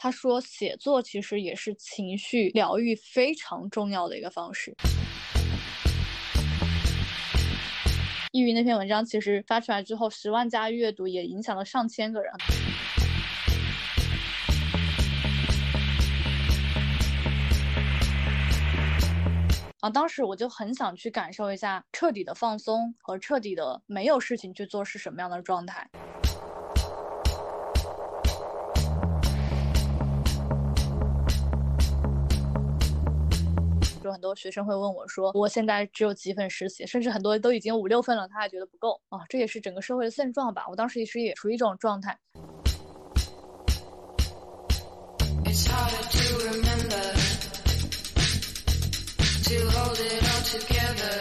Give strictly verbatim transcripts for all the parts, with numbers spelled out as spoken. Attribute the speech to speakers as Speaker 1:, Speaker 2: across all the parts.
Speaker 1: 他说写作其实也是情绪疗愈非常重要的一个方式。抑郁那篇文章其实发出来之后十万加阅读，也影响了上千个人。啊，当时我就很想去感受一下彻底的放松和彻底的没有事情去做是什么样的状态。就很多学生会问我说，我现在只有几份实习，甚至很多都已经五六份了，他还觉得不够啊，这也是整个社会的现状吧。我当时其实也处于一种状态。It's harder to remember, to hold it all together,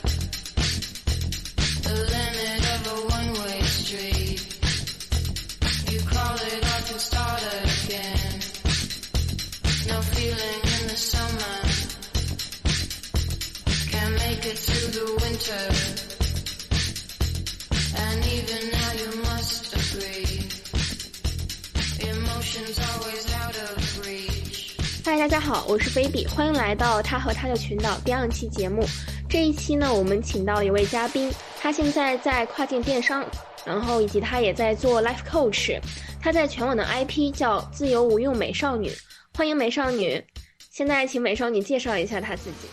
Speaker 1: the limit of a one-way street, you call it off and start again, no feeling in the summer, can't make it through the winter, and even now you must agree, emotions always out of reach。
Speaker 2: 嗨，大家好，我是 Baby， 欢迎来到他和他的群岛第二期节目。这一期呢，我们请到了一位嘉宾，他现在在跨境电商，然后以及他也在做 Life Coach， 他在全网的 I P 叫自由无用美少女。欢迎美少女，现在请美少女介绍一下她自己。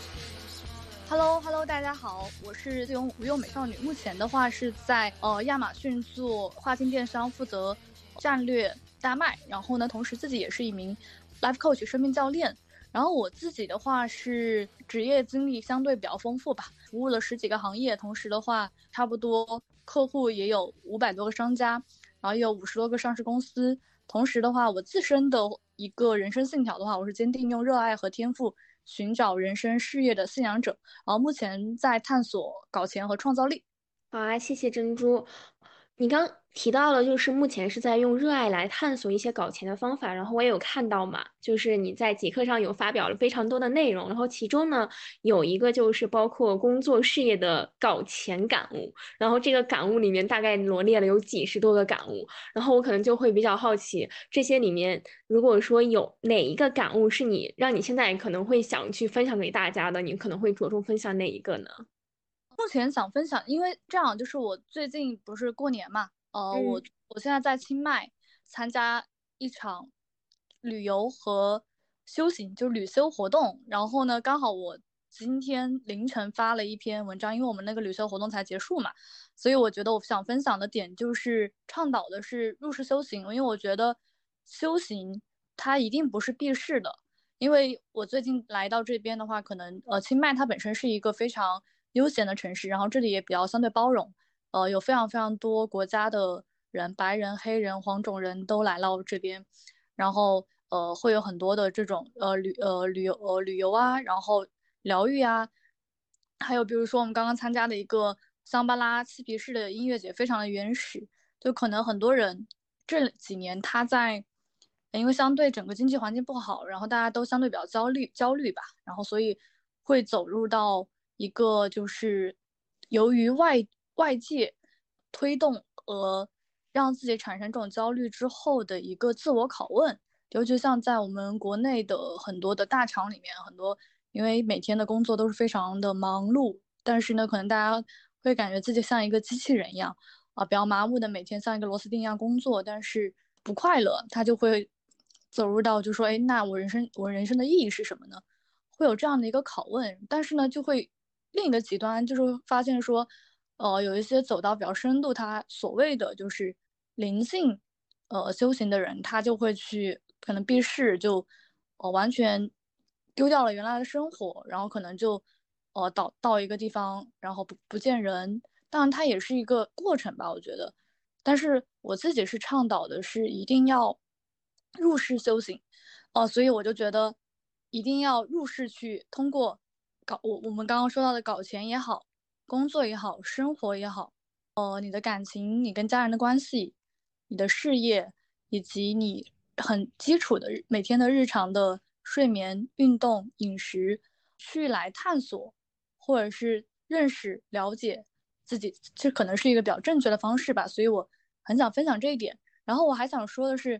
Speaker 1: Hello Hello， 大家好，我是自由无用美少女。目前的话是在呃亚马逊做跨境电商，负责战略大卖，然后呢，同时自己也是一名 Life Coach 生命教练。然后我自己的话是职业经历相对比较丰富吧，服务了十几个行业，同时的话差不多客户也有五百多个商家，然后也有五十多个上市公司。同时的话，我自身的一个人生信条的话，我是坚定用热爱和天赋寻找人生事业的信仰者，然后目前在探索搞钱和创造力。
Speaker 2: 好啊，谢谢珍珠。你刚提到了，就是目前是在用热爱来探索一些搞钱的方法，然后我也有看到嘛，就是你在极客上有发表了非常多的内容，然后其中呢有一个就是包括工作事业的搞钱感悟，然后这个感悟里面大概罗列了有几十多个感悟，然后我可能就会比较好奇，这些里面如果说有哪一个感悟是你让你现在可能会想去分享给大家的，你可能会着重分享哪一个呢？
Speaker 1: 目前想分享，因为这样就是我最近不是过年嘛，呃，
Speaker 2: 嗯、
Speaker 1: 我我现在在清迈参加一场旅游和修行，就是旅修活动。然后呢，刚好我今天凌晨发了一篇文章，因为我们那个旅修活动才结束嘛，所以我觉得我想分享的点就是倡导的是入世修行，因为我觉得修行它一定不是避世的。因为我最近来到这边的话，可能呃清迈它本身是一个非常悠闲的城市，然后这里也比较相对包容，呃有非常非常多国家的人，白人、黑人、黄种人都来到这边，然后呃会有很多的这种呃旅呃旅游呃旅游啊，然后疗愈啊，还有比如说我们刚刚参加的一个桑巴拉嬉皮士的音乐节，非常的原始，就可能很多人这几年他在。因为相对整个经济环境不好，然后大家都相对比较焦虑焦虑吧，然后所以会走入到一个就是由于外外界推动和让自己产生这种焦虑之后的一个自我拷问。尤其像在我们国内的很多的大厂里面，很多因为每天的工作都是非常的忙碌，但是呢，可能大家会感觉自己像一个机器人一样啊，比较麻木的每天像一个螺丝钉一样工作，但是不快乐，他就会走入到就说，哎，那我人生我人生的意义是什么呢？会有这样的一个拷问，但是呢，就会另一个极端就是发现说，呃，有一些走到比较深度，他所谓的就是灵性，呃，修行的人，他就会去可能避世，就呃完全丢掉了原来的生活，然后可能就呃到到一个地方，然后不不见人。当然，它也是一个过程吧，我觉得。但是我自己是倡导的是一定要入世修行，呃，所以我就觉得一定要入世去通过搞我我们刚刚说到的搞钱也好，工作也好，生活也好，呃，你的感情，你跟家人的关系，你的事业，以及你很基础的每天的日常的睡眠、运动、饮食，去来探索或者是认识、了解自己，这可能是一个比较正确的方式吧。所以我很想分享这一点。然后我还想说的是，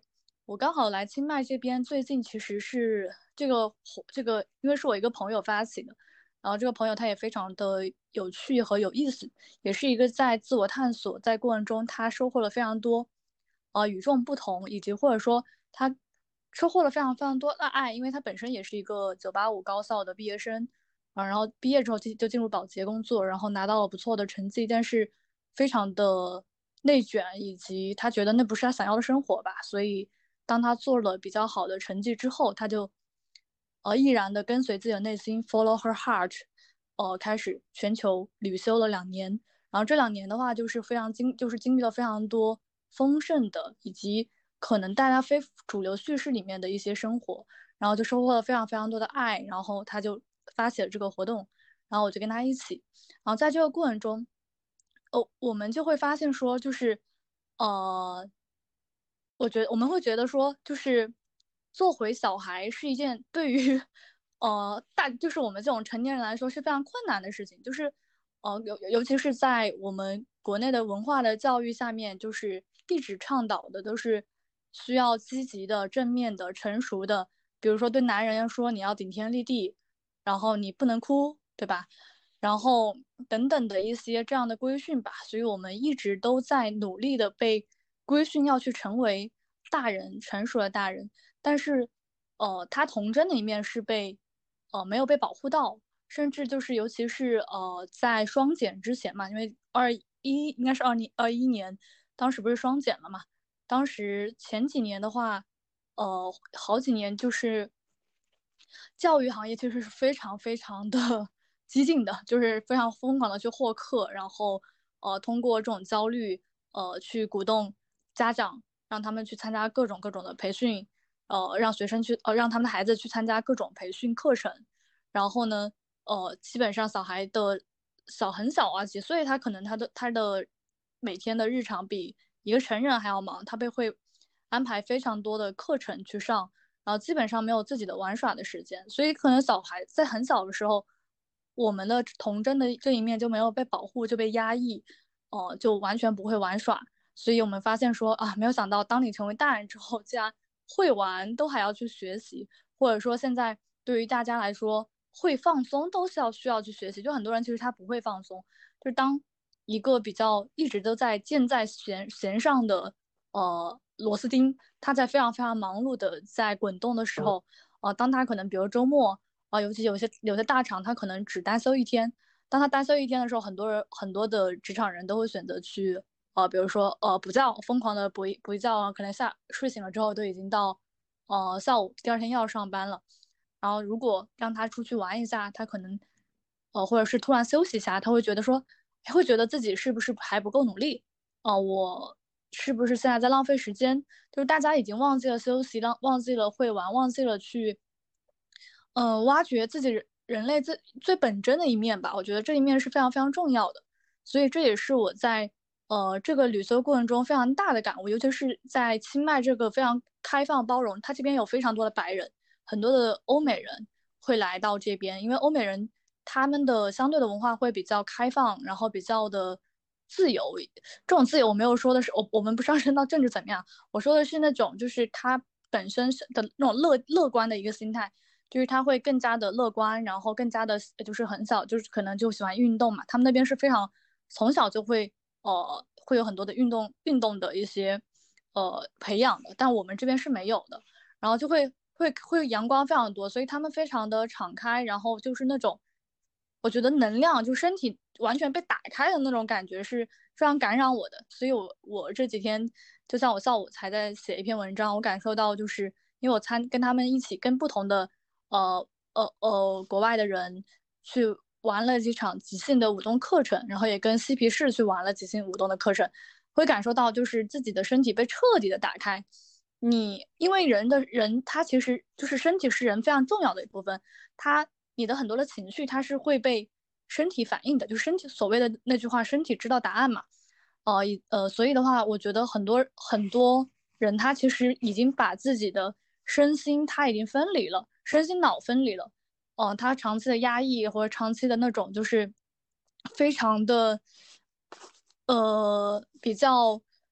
Speaker 1: 我刚好来清迈这边，最近其实是这个这个，因为是我一个朋友发起的，然后这个朋友他也非常的有趣和有意思，也是一个在自我探索，在过程中他收获了非常多，呃，与众不同，以及或者说他收获了非常非常多的爱，因为他本身也是一个九八五高校的毕业生，啊，然后毕业之后就就进入保洁工作，然后拿到了不错的成绩，但是非常的内卷，以及他觉得那不是他想要的生活吧，所以当他做了比较好的成绩之后，他就呃毅然的跟随自己的内心 follow her heart，呃开始全球旅修了两年，然后这两年的话就是非常经就是经历了非常多丰盛的以及可能大家非主流叙事里面的一些生活，然后就收获了非常非常多的爱，然后他就发起了这个活动，然后我就跟他一起，然后在这个过程中，哦，我们就会发现说，就是呃，我觉得我们会觉得说，就是做回小孩是一件对于呃大就是我们这种成年人来说是非常困难的事情，就是呃尤尤其是在我们国内的文化的教育下面，就是一直倡导的都是需要积极的、正面的、成熟的，比如说对男人要说你要顶天立地，然后你不能哭，对吧？然后等等的一些这样的规训吧，所以我们一直都在努力的被规训要去成为大人，成熟的大人。但是，呃，他童真的一面是被，呃，没有被保护到，甚至就是尤其是呃，在双减之前嘛，因为二一应该是二零二一年，当时不是双减了嘛，当时前几年的话，呃，好几年就是教育行业其实是非常非常的激进的，就是非常疯狂的去获课，然后呃通过这种焦虑，呃去鼓动家长，让他们去参加各种各种的培训，呃让学生去呃让他们的孩子去参加各种培训课程，然后呢，呃基本上小孩的小很小啊几岁，他可能他的他的每天的日常比一个成人还要忙，他被会安排非常多的课程去上。然后基本上没有自己的玩耍的时间，所以可能小孩在很小的时候，我们的童真的这一面就没有被保护，就被压抑，哦、呃，就完全不会玩耍。所以我们发现说啊，没有想到当你成为大人之后，竟然会玩都还要去学习，或者说现在对于大家来说，会放松都是要需要去学习。就很多人其实他不会放松，就是当一个比较一直都在箭在弦弦上的呃螺丝钉，他在非常非常忙碌的在滚动的时候，呃，当他可能比如周末啊、呃，尤其有些有些大厂他可能只单休一天，当他单休一天的时候，很多人很多的职场人都会选择去呃，比如说呃补觉，疯狂的补一补一觉啊，可能下睡醒了之后都已经到呃下午第二天要上班了，然后如果让他出去玩一下，他可能呃或者是突然休息一下，他会觉得说，会觉得自己是不是还不够努力，哦、呃，我是不是现在在浪费时间？就是大家已经忘记了休息，忘忘记了会玩，忘记了去，嗯、呃，挖掘自己人人类最最本真的一面吧。我觉得这一面是非常非常重要的，所以这也是我在呃这个旅游过程中非常大的感悟，尤其是在清迈这个非常开放包容，它这边有非常多的白人，很多的欧美人会来到这边，因为欧美人他们的相对的文化会比较开放，然后比较的自由。这种自由我没有说的是我我们不上升到政治怎么样，我说的是那种就是他本身是的那种乐乐观的一个心态，就是他会更加的乐观，然后更加的就是很小就是可能就喜欢运动嘛，他们那边是非常从小就会呃会有很多的运动运动的一些呃培养的，但我们这边是没有的，然后就会会会阳光非常多，所以他们非常的敞开，然后就是那种我觉得能量就身体完全被打开的那种感觉是非常感染我的，所以我我这几天就像我下午才在写一篇文章，我感受到就是因为我参跟他们一起跟不同的呃呃呃国外的人去玩了几场即兴的舞动课程，然后也跟嬉皮士去玩了即兴舞动的课程，会感受到就是自己的身体被彻底的打开。你因为人的人他其实就是身体是人非常重要的一部分，他你的很多的情绪它是会被身体反应的，就是身体所谓的那句话，身体知道答案嘛。呃呃，所以的话，我觉得很多很多人他其实已经把自己的身心他已经分离了，身心脑分离了。呃，他长期的压抑或者长期的那种就是非常的呃比较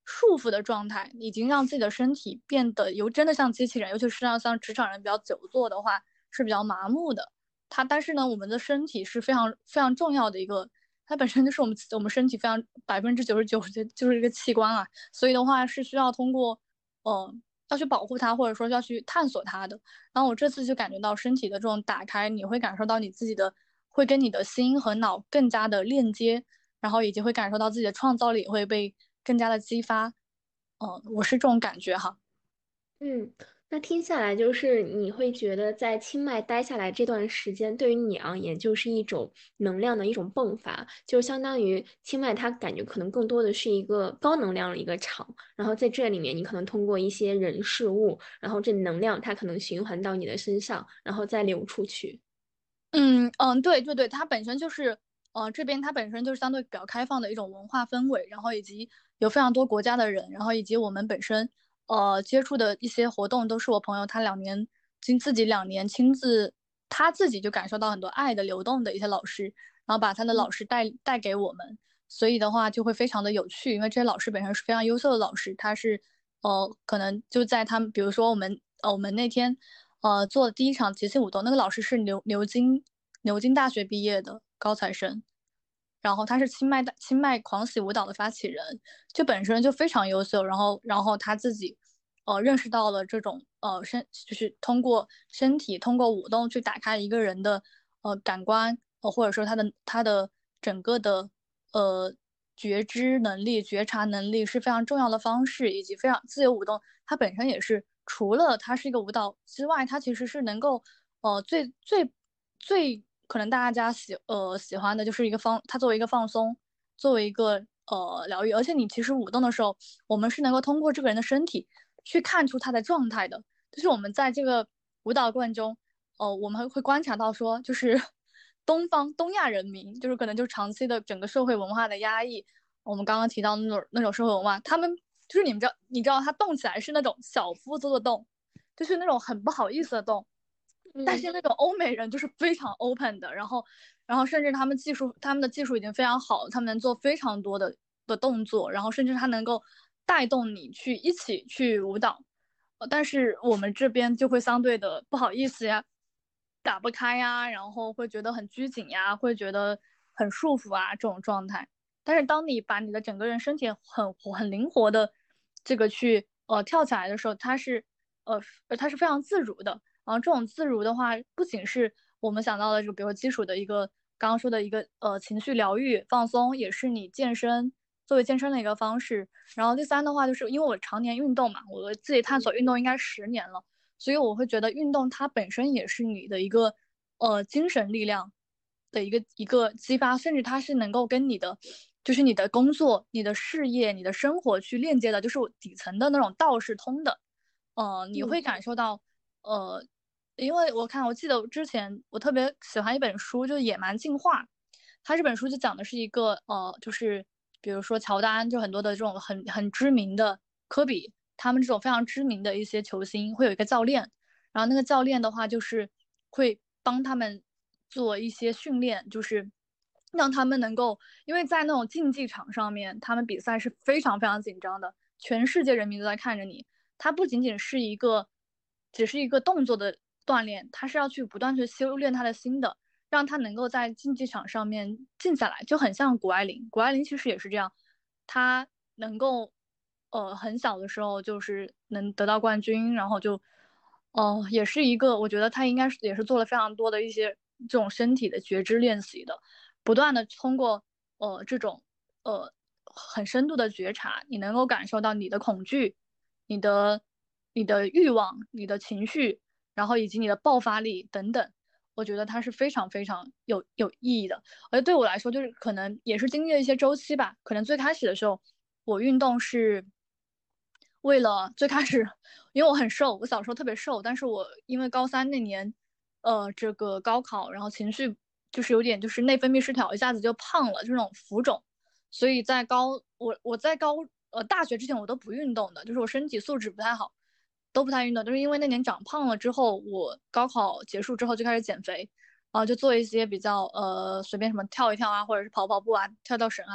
Speaker 1: 束缚的状态，已经让自己的身体变得由真的像机器人，尤其是像像职场人比较久坐的话是比较麻木的。它但是呢，我们的身体是非常非常重要的一个，它本身就是我们我们身体非常百分之九十九就是一个器官啊，所以的话是需要通过呃要去保护它，或者说要去探索它的。然后我这次就感觉到身体的这种打开，你会感受到你自己的会跟你的心和脑更加的链接，然后以及会感受到自己的创造力会被更加的激发。嗯、呃，我是这种感觉哈。
Speaker 2: 嗯，那听下来就是你会觉得在清迈待下来这段时间，对于你而言就是一种能量的一种迸发，就相当于清迈它感觉可能更多的是一个高能量的一个场，然后在这里面你可能通过一些人事物，然后这能量它可能循环到你的身上，然后再流出去。
Speaker 1: 嗯嗯，对对对，它本身就是，呃，这边它本身就是相对比较开放的一种文化氛围，然后以及有非常多国家的人，然后以及我们本身，呃，接触的一些活动都是我朋友他两年，经自己两年亲自，他自己就感受到很多爱的流动的一些老师，然后把他的
Speaker 2: 嗯
Speaker 1: 老师带带给我们，所以的话就会非常的有趣，因为这些老师本身是非常优秀的老师，他是，呃，可能就在他们，比如说我们，呃，我们那天。呃，做的第一场节庆舞动，那个老师是牛牛津牛津大学毕业的高材生，然后他是清迈大清迈狂喜舞蹈的发起人，就本身就非常优秀，然后然后他自己呃认识到了这种呃身就是通过身体通过舞动去打开一个人的呃感官，呃或者说他的他的整个的呃觉知能力、觉察能力是非常重要的方式，以及非常自由舞动，它本身也是除了它是一个舞蹈之外，它其实是能够呃最最最可能大家喜呃喜欢的就是一个放，它作为一个放松，作为一个呃疗愈，而且你其实舞动的时候，我们是能够通过这个人的身体去看出他的状态的，就是我们在这个舞蹈过程中，呃，我们会观察到说，就是东方东亚人民，就是可能就是长期的整个社会文化的压抑，我们刚刚提到的那种那种社会文化，他们就是你们知道，你知道他动起来是那种小幅度的动，就是那种很不好意思的动，但
Speaker 2: 嗯
Speaker 1: 是那种欧美人就是非常 open 的，然后，然后甚至他们技术，他们的技术已经非常好，他们能做非常多的的动作，然后甚至他能够带动你去一起去舞蹈，呃但是我们这边就会相对的不好意思呀，打不开呀，然后会觉得很拘谨呀，会觉得很束缚啊这种状态。但是当你把你的整个人身体很很灵活的这个去呃跳起来的时候，它是呃它是非常自如的。然后这种自如的话，不仅是我们想到的，就比如说基础的一个刚刚说的一个呃情绪疗愈放松，也是你健身作为健身的一个方式。然后第三的话，就是因为我常年运动嘛，我自己探索运动应该十年了，所以我会觉得运动它本身也是你的一个呃精神力量的一个一个激发，甚至它是能够跟你的就是你的工作、你的事业、你的生活去链接的，就是底层的那种道是通的。呃，你
Speaker 2: 嗯
Speaker 1: 会感受到，呃，因为我看我记得之前我特别喜欢一本书，就是《野蛮进化》，它这本书就讲的是一个呃，就是比如说乔丹，就很多的这种很很知名的科比，他们这种非常知名的一些球星会有一个教练，然后那个教练的话就是会帮他们做一些训练，就是让他们能够，因为在那种竞技场上面，他们比赛是非常非常紧张的，全世界人民都在看着你。它不仅仅是一个，只是一个动作的锻炼，它是要去不断去修炼他的心的，让他能够在竞技场上面静下来，就很像谷爱凌。谷爱凌其实也是这样，她能够，呃，很小的时候就是能得到冠军，然后就，哦、呃，也是一个，我觉得她应该是也是做了非常多的一些这种身体的觉知练习的，不断的通过呃这种呃很深度的觉察，你能够感受到你的恐惧。你的你的欲望、你的情绪，然后以及你的爆发力等等，我觉得它是非常非常有有意义的。而对我来说，就是可能也是经历了一些周期吧。可能最开始的时候，我运动是为了最开始，因为我很瘦，我小时候特别瘦，但是我因为高三那年，呃，这个高考，然后情绪就是有点就是内分泌失调，一下子就胖了，就那种浮肿。所以在高我我在高呃大学之前我都不运动的，就是我身体素质不太好，都不太运动，就是因为那年长胖了之后，我高考结束之后就开始减肥，然后就做一些比较呃随便什么跳一跳啊，或者是跑跑步啊，跳跳绳啊，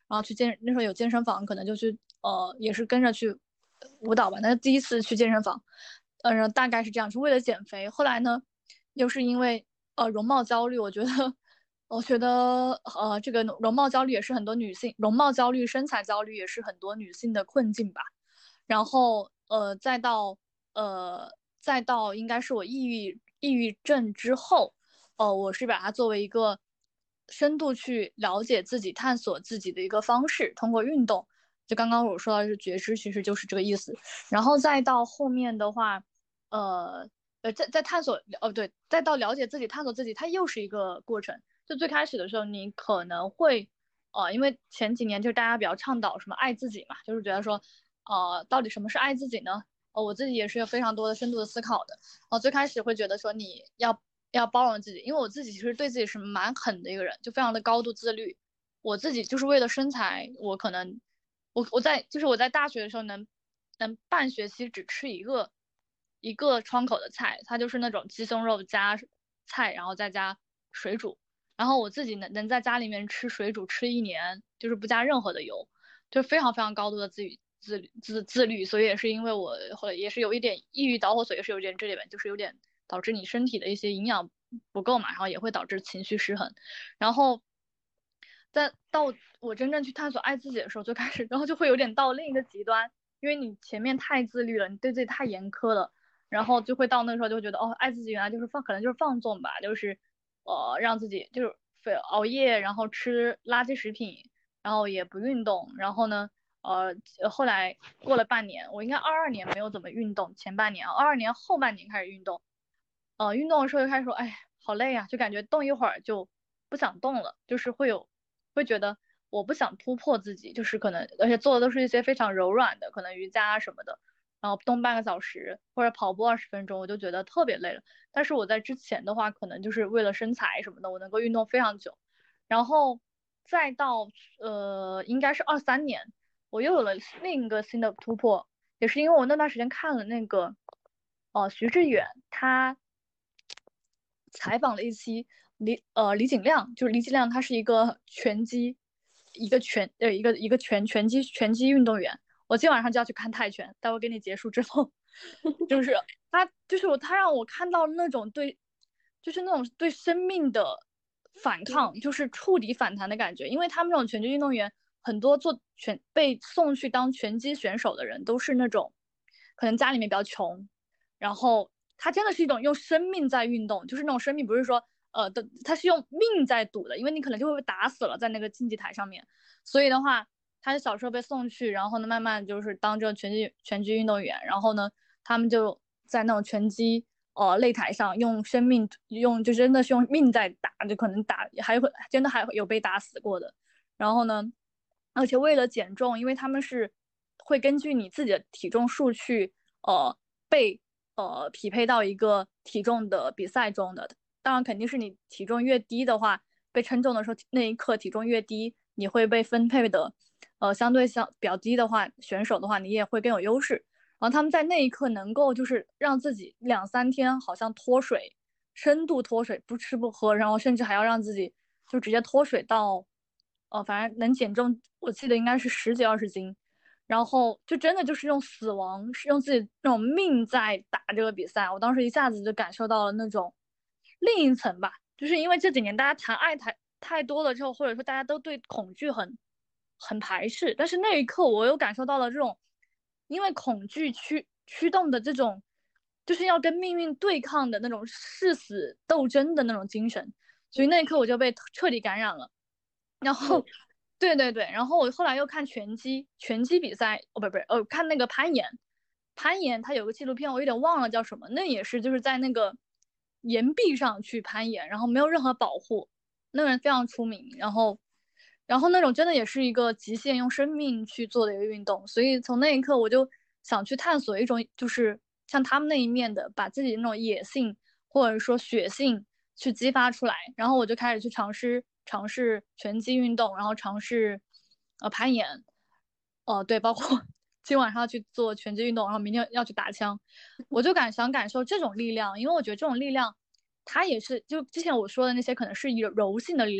Speaker 1: 然后去健那时候有健身房，可能就去呃也是跟着去舞蹈吧。那第一次去健身房，呃大概是这样，是为了减肥。后来呢，又是因为呃容貌焦虑，我觉得我觉得呃这个容貌焦虑也是很多女性容貌焦虑、身材焦虑也是很多女性的困境吧。然后呃再到呃再到应该是我抑郁抑郁症之后，呃我是把它作为一个深度去了解自己、探索自己的一个方式，通过运动。就刚刚我说到是觉知，其实就是这个意思。然后再到后面的话，呃呃，在在探索，哦对，再到了解自己、探索自己，它又是一个过程。就最开始的时候，你可能会，呃，因为前几年就是大家比较倡导什么爱自己嘛，就是觉得说，呃，到底什么是爱自己呢？呃，我自己也是有非常多的深度的思考的。呃，最开始会觉得说你要要包容自己，因为我自己其实对自己是蛮狠的一个人，就非常的高度自律。我自己就是为了身材，我可能我我在就是我在大学的时候能能半学期只吃一个一个窗口的菜，它就是那种鸡胸肉加菜，然后再加水煮，然后我自己能能在家里面吃水煮吃一年，就是不加任何的油，就非常非常高度的自律自自自律，所以也是因为我后来也是有一点抑郁导火索，也是有点这里面就是有点导致你身体的一些营养不够嘛，然后也会导致情绪失衡，然后。在到我真正去探索爱自己的时候，就开始，然后就会有点到另一个极端，因为你前面太自律了，你对自己太严苛了，然后就会到那个时候就会觉得，哦，爱自己原来就是放，可能就是放纵吧，就是呃让自己就是非熬夜，然后吃垃圾食品，然后也不运动，然后呢，呃后来过了半年，我应该二二年没有怎么运动，前半年，二二年后半年开始运动，呃运动的时候就开始说，哎，好累啊，就感觉动一会儿就不想动了，就是会有。会觉得我不想突破自己，就是可能，而且做的都是一些非常柔软的，可能瑜伽什么的，然后动半个小时或者跑步二十分钟，我就觉得特别累了。但是我在之前的话，可能就是为了身材什么的，我能够运动非常久，然后再到呃，应该是二三年，我又有了另一个新的突破，也是因为我那段时间看了那个，呃，徐志远他采访了一期李呃李景亮，就是李景亮，他是一个拳击，一个拳呃一个一个拳拳击拳击运动员。我今天晚上就要去看泰拳，待会跟你结束之后，就是他就是我他让我看到那种对，就是那种对生命的反抗，就是触底反弹的感觉。因为他们这种拳击运动员，很多做拳被送去当拳击选手的人都是那种可能家里面比较穷，然后他真的是一种用生命在运动，就是那种生命不是说呃的，他是用命在赌的，因为你可能就会被打死了在那个竞技台上面，所以的话，他小时候被送去，然后呢慢慢就是当这个拳击拳击运动员，然后呢他们就在那种拳击呃擂台上用生命用就真的是用命在打，就可能打还会真的还有被打死过的，然后呢，而且为了减重，因为他们是会根据你自己的体重数去呃被呃匹配到一个体重的比赛中的。当然，肯定是你体重越低的话，被称重的时候那一刻体重越低，你会被分配的呃相对相比较低的话，选手的话你也会更有优势。然后他们在那一刻能够就是让自己两三天好像脱水，深度脱水，不吃不喝，然后甚至还要让自己就直接脱水到，呃，反正能减重，我记得应该是十几二十斤，然后就真的就是用死亡，是用自己那种命在打这个比赛。我当时一下子就感受到了那种另一层吧，就是因为这几年大家谈爱太太多了之后，或者说大家都对恐惧很很排斥，但是那一刻我又感受到了这种因为恐惧驱驱动的这种就是要跟命运对抗的那种誓死斗争的那种精神，所以那一刻我就被彻底感染了。然后，对对对，然后我后来又看拳击，拳击比赛，哦不不是，呃，看那个攀岩，攀岩它有个纪录片，我有点忘了叫什么，那也是就是在那个岩壁上去攀岩，然后没有任何保护，那个人非常出名，然后，然后那种真的也是一个极限用生命去做的一个运动，所以从那一刻我就想去探索一种就是像他们那一面的，把自己那种野性或者说血性去激发出来，然后我就开始去尝试尝试拳击运动，然后尝试呃攀岩，哦，对，包括今晚上要去做拳击运动，然后明天要去打枪，我就感想感受这种力量，因为我觉得这种力量，它也是就之前我说的那些可能是一个柔性的力量，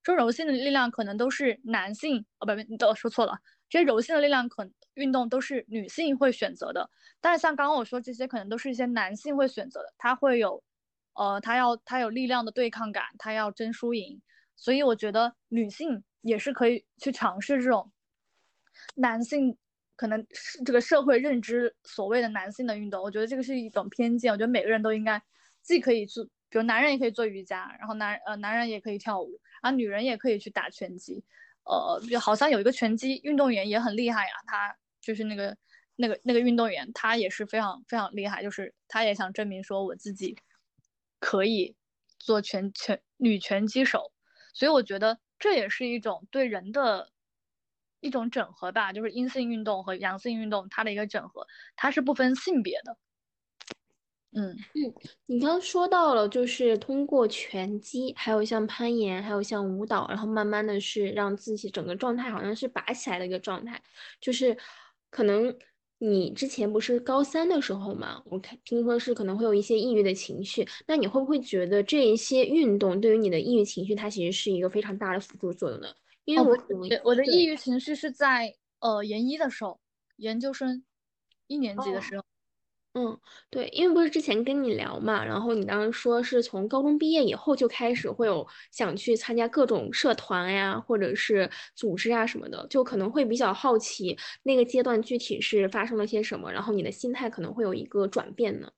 Speaker 1: 这种柔性的力量可能都是男性，哦不不，都说错了，这些柔性的力量可运动都是女性会选择的，但是像刚刚我说这些可能都是一些男性会选择的，他会有，呃，他要他有力量的对抗感，他要争输赢，所以我觉得女性也是可以去尝试这种男性可能是这个社会认知所谓的男性的运动，我觉得这个是一种偏见，我觉得每个人都应该既可以做，比如男人也可以做瑜伽，然后男呃男人也可以跳舞，然后女人也可以去打拳击，呃，好像有一个拳击运动员也很厉害啊，他就是那个那个那个运动员，他也是非常非常厉害，就是他也想证明说我自己可以做拳拳女拳击手，所以我觉得这也是一种对人的一种整合吧，就是阴性运动和阳性运动它的一个整合，它是不分性别的。嗯
Speaker 2: 嗯，你刚刚说到了，就是通过拳击，还有像攀岩，还有像舞蹈，然后慢慢的是让自己整个状态好像是拔起来的一个状态，就是可能你之前不是高三的时候嘛，我看听说是可能会有一些抑郁的情绪，那你会不会觉得这一些运动对于你的抑郁情绪，它其实是一个非常大的辅助作用呢？因
Speaker 1: 哦，不
Speaker 2: 为我可能
Speaker 1: 是，我的抑
Speaker 2: 对。
Speaker 1: 郁情绪是在呃研一的时候，研究生一年级的
Speaker 2: 哦。
Speaker 1: 时候。
Speaker 2: 嗯，对，因为不是之前跟你聊嘛，然后你当时说是从高中毕业以后就开始会有想去参加各种社团呀，或者是组织啊什么的，就可能会比较好奇那个阶段具体是发生了些什么，然后你的心态可能会有一个转变呢。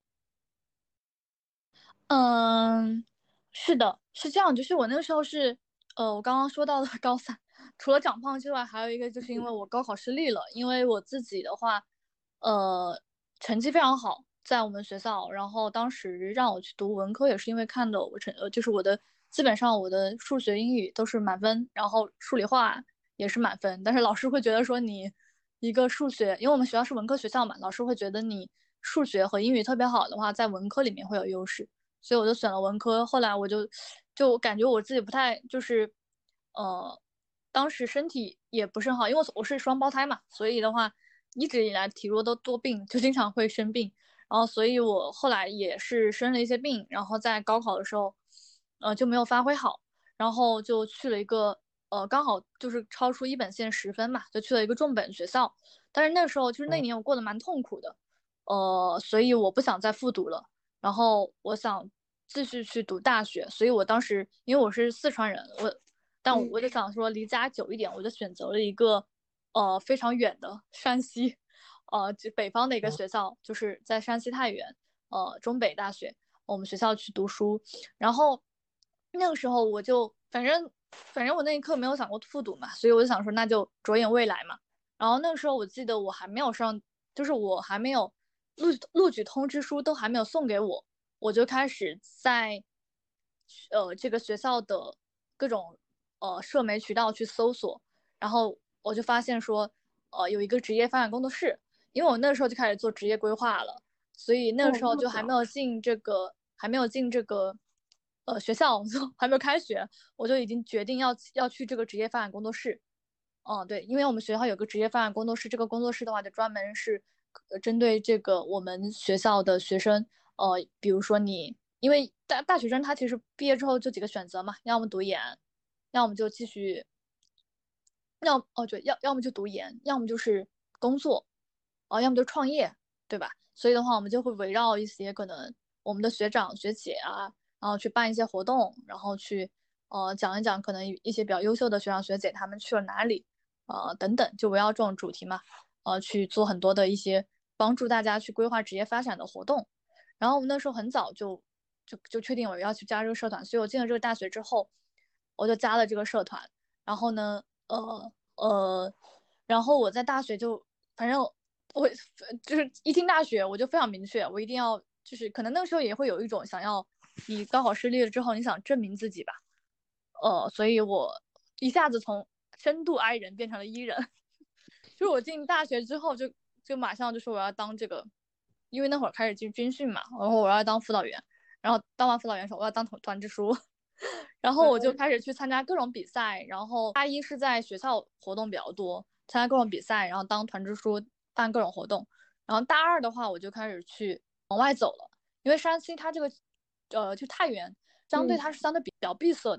Speaker 1: 嗯，是的，是这样，就是我那个时候是，呃，我刚刚说到的高三，除了长胖之外，还有一个就是因为我高考失利了，因为我自己的话，呃，成绩非常好，在我们学校，然后当时让我去读文科，也是因为看到我成，呃，就是我的基本上我的数学、英语都是满分，然后数理化也是满分，但是老师会觉得说你一个数学，因为我们学校是文科学校嘛，老师会觉得你数学和英语特别好的话，在文科里面会有优势。所以我就选了文科。后来我就就感觉我自己不太就是呃，当时身体也不是很好，因为我是双胞胎嘛，所以的话一直以来体弱都多病，就经常会生病。然后所以我后来也是生了一些病，然后在高考的时候，呃就没有发挥好，然后就去了一个呃刚好就是超出一本线十分嘛，就去了一个重本学校。但是那时候就是那年我过得蛮痛苦的，呃，所以我不想再复读了。然后我想继续去读大学，所以我当时因为我是四川人，我但
Speaker 2: 嗯。
Speaker 1: 我就想说离家久一点，我就选择了一个呃非常远的山西，呃就北方的一个学校，就是在山西太原，呃中北大学，我们学校去读书。然后那个时候我就反正反正我那一刻没有想过复读嘛，所以我就想说那就着眼未来嘛。然后那个时候我记得我还没有上，就是我还没有录录取通知书都还没有送给我，我就开始在呃这个学校的各种呃社媒渠道去搜索，然后我就发现说，呃有一个职业发展工作室，因为我那个时候就开始做职业规划了，所以那个
Speaker 2: 哦，
Speaker 1: 时候就还没
Speaker 2: 那么早。
Speaker 1: 有进这个还没有进这个呃学校，就还没有开学，我就已经决定要要去这个职业发展工作室。哦，对，因为我们学校有个职业发展工作室，这个工作室的话就专门是呃针对这个我们学校的学生，呃，比如说你，因为大大学生他其实毕业之后就几个选择嘛，要么读研，要么就继续，要哦对，要要么就读研，要么就是工作，哦，要么就创业，对吧？所以的话，我们就会围绕一些可能我们的学长学姐啊，然后去办一些活动，然后去呃讲一讲可能一些比较优秀的学长学姐他们去了哪里，呃等等，就围绕这种主题嘛，呃去做很多的一些帮助大家去规划职业发展的活动。然后我们那时候很早就就就确定我要去加这个社团，所以我进了这个大学之后，我就加了这个社团。然后呢，呃呃，然后我在大学就反正我就是一听大学我就非常明确，我一定要就是可能那个时候也会有一种想要你高考失利了之后你想证明自己吧，呃，所以我一下子从深度 I 人变成了 E 人，就是我进大学之后就就马上就说我要当这个，因为那会儿开始进军训嘛，然后我要当辅导员，然后当完辅导员的时候我要当团团支书，然后我就开始去参加各种比赛，然后大一是在学校活动比较多，参加各种比赛，然后当团支书，办各种活动。然后大二的话，我就开始去往外走了，因为山西它这个，呃，就太原相对
Speaker 2: 嗯。
Speaker 1: 它是相对比较闭塞的，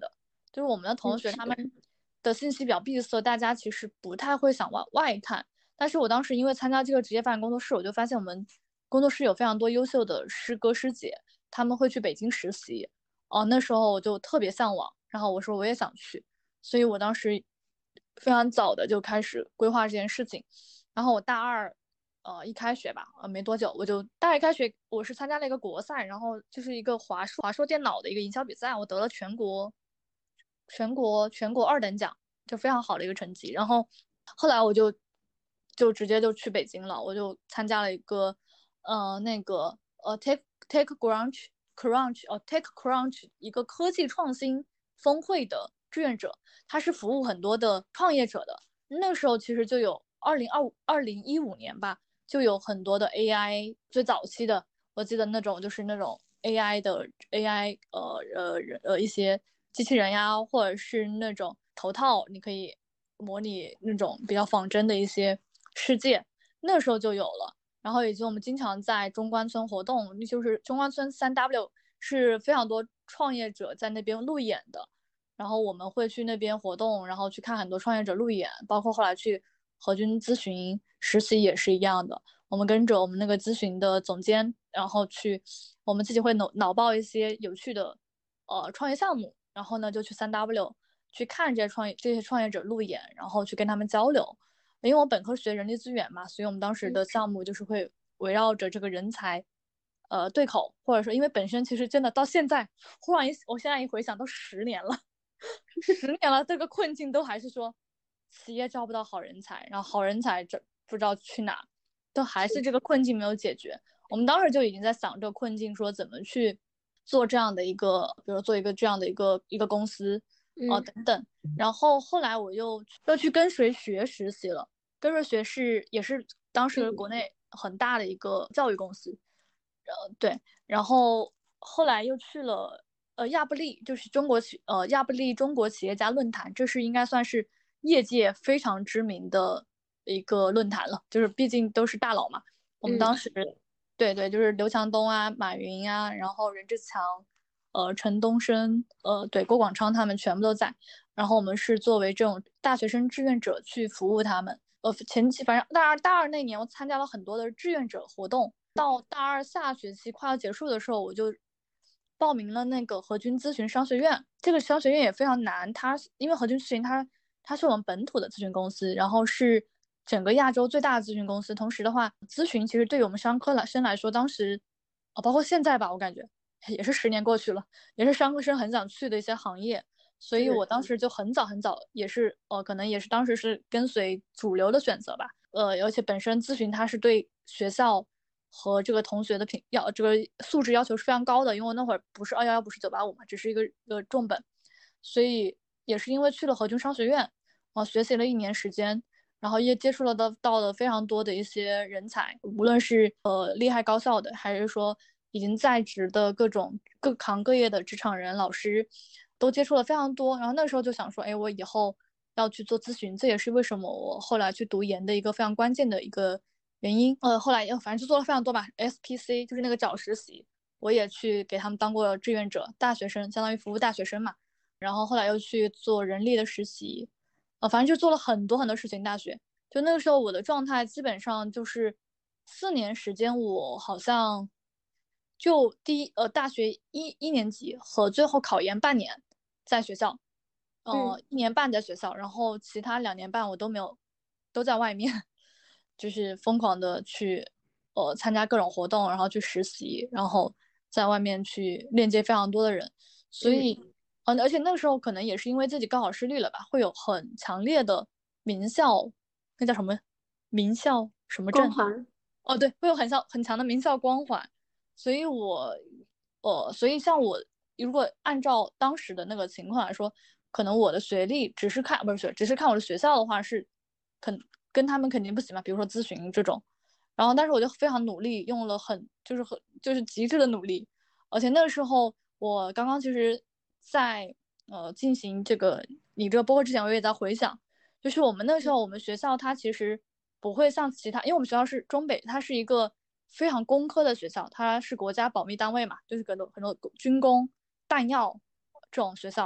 Speaker 1: 就是我们的同
Speaker 2: 嗯，是的。
Speaker 1: 学他们的信息比较闭塞，大家其实不太会想往外看。但是我当时因为参加这个职业发展工作室，我就发现我们工作室有非常多优秀的师哥师姐，他们会去北京实习。哦、呃，那时候我就特别向往，然后我说我也想去，所以我当时非常早的就开始规划这件事情。然后我大二，呃，一开学吧，呃，没多久我就大二一开学，我是参加了一个国赛，然后就是一个华硕华硕电脑的一个营销比赛，我得了全国全国全国二等奖，就非常好的一个成绩。然后后来我就就直接就去北京了，我就参加了一个呃那个呃 Take Take Crunch Crunch 哦 Take Crunch 一个科技创新峰会的志愿者，他是服务很多的创业者的。那个时候其实就有二零二五二零一五年吧，就有很多的 A I 最早期的，我记得那种就是那种 A I 的 A I 呃呃呃一些机器人呀，或者是那种头套，你可以模拟那种比较仿真的一些世界，那时候就有了。然后以及我们经常在中关村活动，就是中关村三 W 是非常多创业者在那边路演的。然后我们会去那边活动，然后去看很多创业者路演，包括后来去何军咨询实习也是一样的。我们跟着我们那个咨询的总监，然后去，我们自己会脑脑报一些有趣的呃创业项目，然后呢就去三 W 去看这些创业这些创业者路演，然后去跟他们交流。因为我本科学人力资源嘛，所以我们当时的项目就是会围绕着这个人才，呃对口，或者说因为本身其实真的到现在，忽然一我现在一回想都十年了。十年了，这个困境都还是说企业招不到好人才，然后好人才这不知道去哪，都还是这个困境没有解决。我们当时就已经在想这个困境，说怎么去做这样的一个，比如做一个这样的一个一个公司，呃
Speaker 2: 嗯
Speaker 1: 等等。然后后来我又又去跟谁学实习了，跟谁学是也是当时
Speaker 2: 嗯
Speaker 1: 国内很大的一个教育公司，呃对，然后后来又去了呃亚布力，就是中国企呃亚布力中国企业家论坛，这是应该算是业界非常知名的一个论坛了，就是毕竟都是大佬嘛。我们
Speaker 2: 嗯，
Speaker 1: 当时
Speaker 2: 是的。
Speaker 1: 对对，就是刘强东啊、马云啊，然后任志强、呃陈东升、呃对郭广昌他们全部都在。然后我们是作为这种大学生志愿者去服务他们。呃，前期反正大二大二那年，我参加了很多的志愿者活动。到大二下学期快要结束的时候，我就报名了那个何军咨询商学院。这个商学院也非常难，它因为何军咨询它它是我们本土的咨询公司，然后是整个亚洲最大的咨询公司。同时的话，咨询其实对于我们商科生来说，当时哦，包括现在吧，我感觉也是十年过去了，也是商科生很想去的一些行业。所以我
Speaker 2: 是。
Speaker 1: 当时就很早很早，也是呃，可能也是当时是跟随主流的选择吧。呃，而且本身咨询它是对学校和这个同学的品要这个素质要求是非常高的，因为我那会儿不是二幺幺，不是九八五嘛，只是一个一个重本，所以也是因为去了何军商学院，啊，学习了一年时间，然后也接触了到到了非常多的一些人才，无论是呃厉害高校的，还是说已经在职的各种各行各业的职场人、老师，都接触了非常多。然后那时候就想说，哎，我以后要去做咨询，这也是为什么我后来去读研的一个非常关键的一个原因。呃，后来反正就做了非常多吧，S P C 就是那个找实习，我也去给他们当过志愿者，大学生相当于服务大学生嘛。然后后来又去做人力的实习，呃，反正就做了很多很多事情。大学就那个时候，我的状态基本上就是四年时间，我好像就第一呃大学一一年级和最后考研半年在学校，呃
Speaker 2: 嗯
Speaker 1: 一年半在学校，然后其他两年半我都没有都在外面，就是疯狂的去呃参加各种活动，然后去实习，然后在外面去链接非常多的人。所
Speaker 2: 嗯，
Speaker 1: 以嗯，而且那个时候可能也是因为自己高考失利了吧，会有很强烈的名校，那叫什么名校什么证？
Speaker 2: 光环。
Speaker 1: 哦，对，会有很像很强的名校光环。所以我，呃，所以像我如果按照当时的那个情况来说，可能我的学历只是看不是学，只是看我的学校的话是，肯跟他们肯定不行嘛。比如说咨询这种，然后但是我就非常努力，用了很就是很就是极致的努力。而且那个时候我刚刚其实在呃进行这个你这个播客之前，我也在回想，就是我们那时候我们学校它其实不会像其他，因为我们学校是中北，它是一个非常工科的学校，它是国家保密单位嘛，就是很多很多军工、弹药这种学校，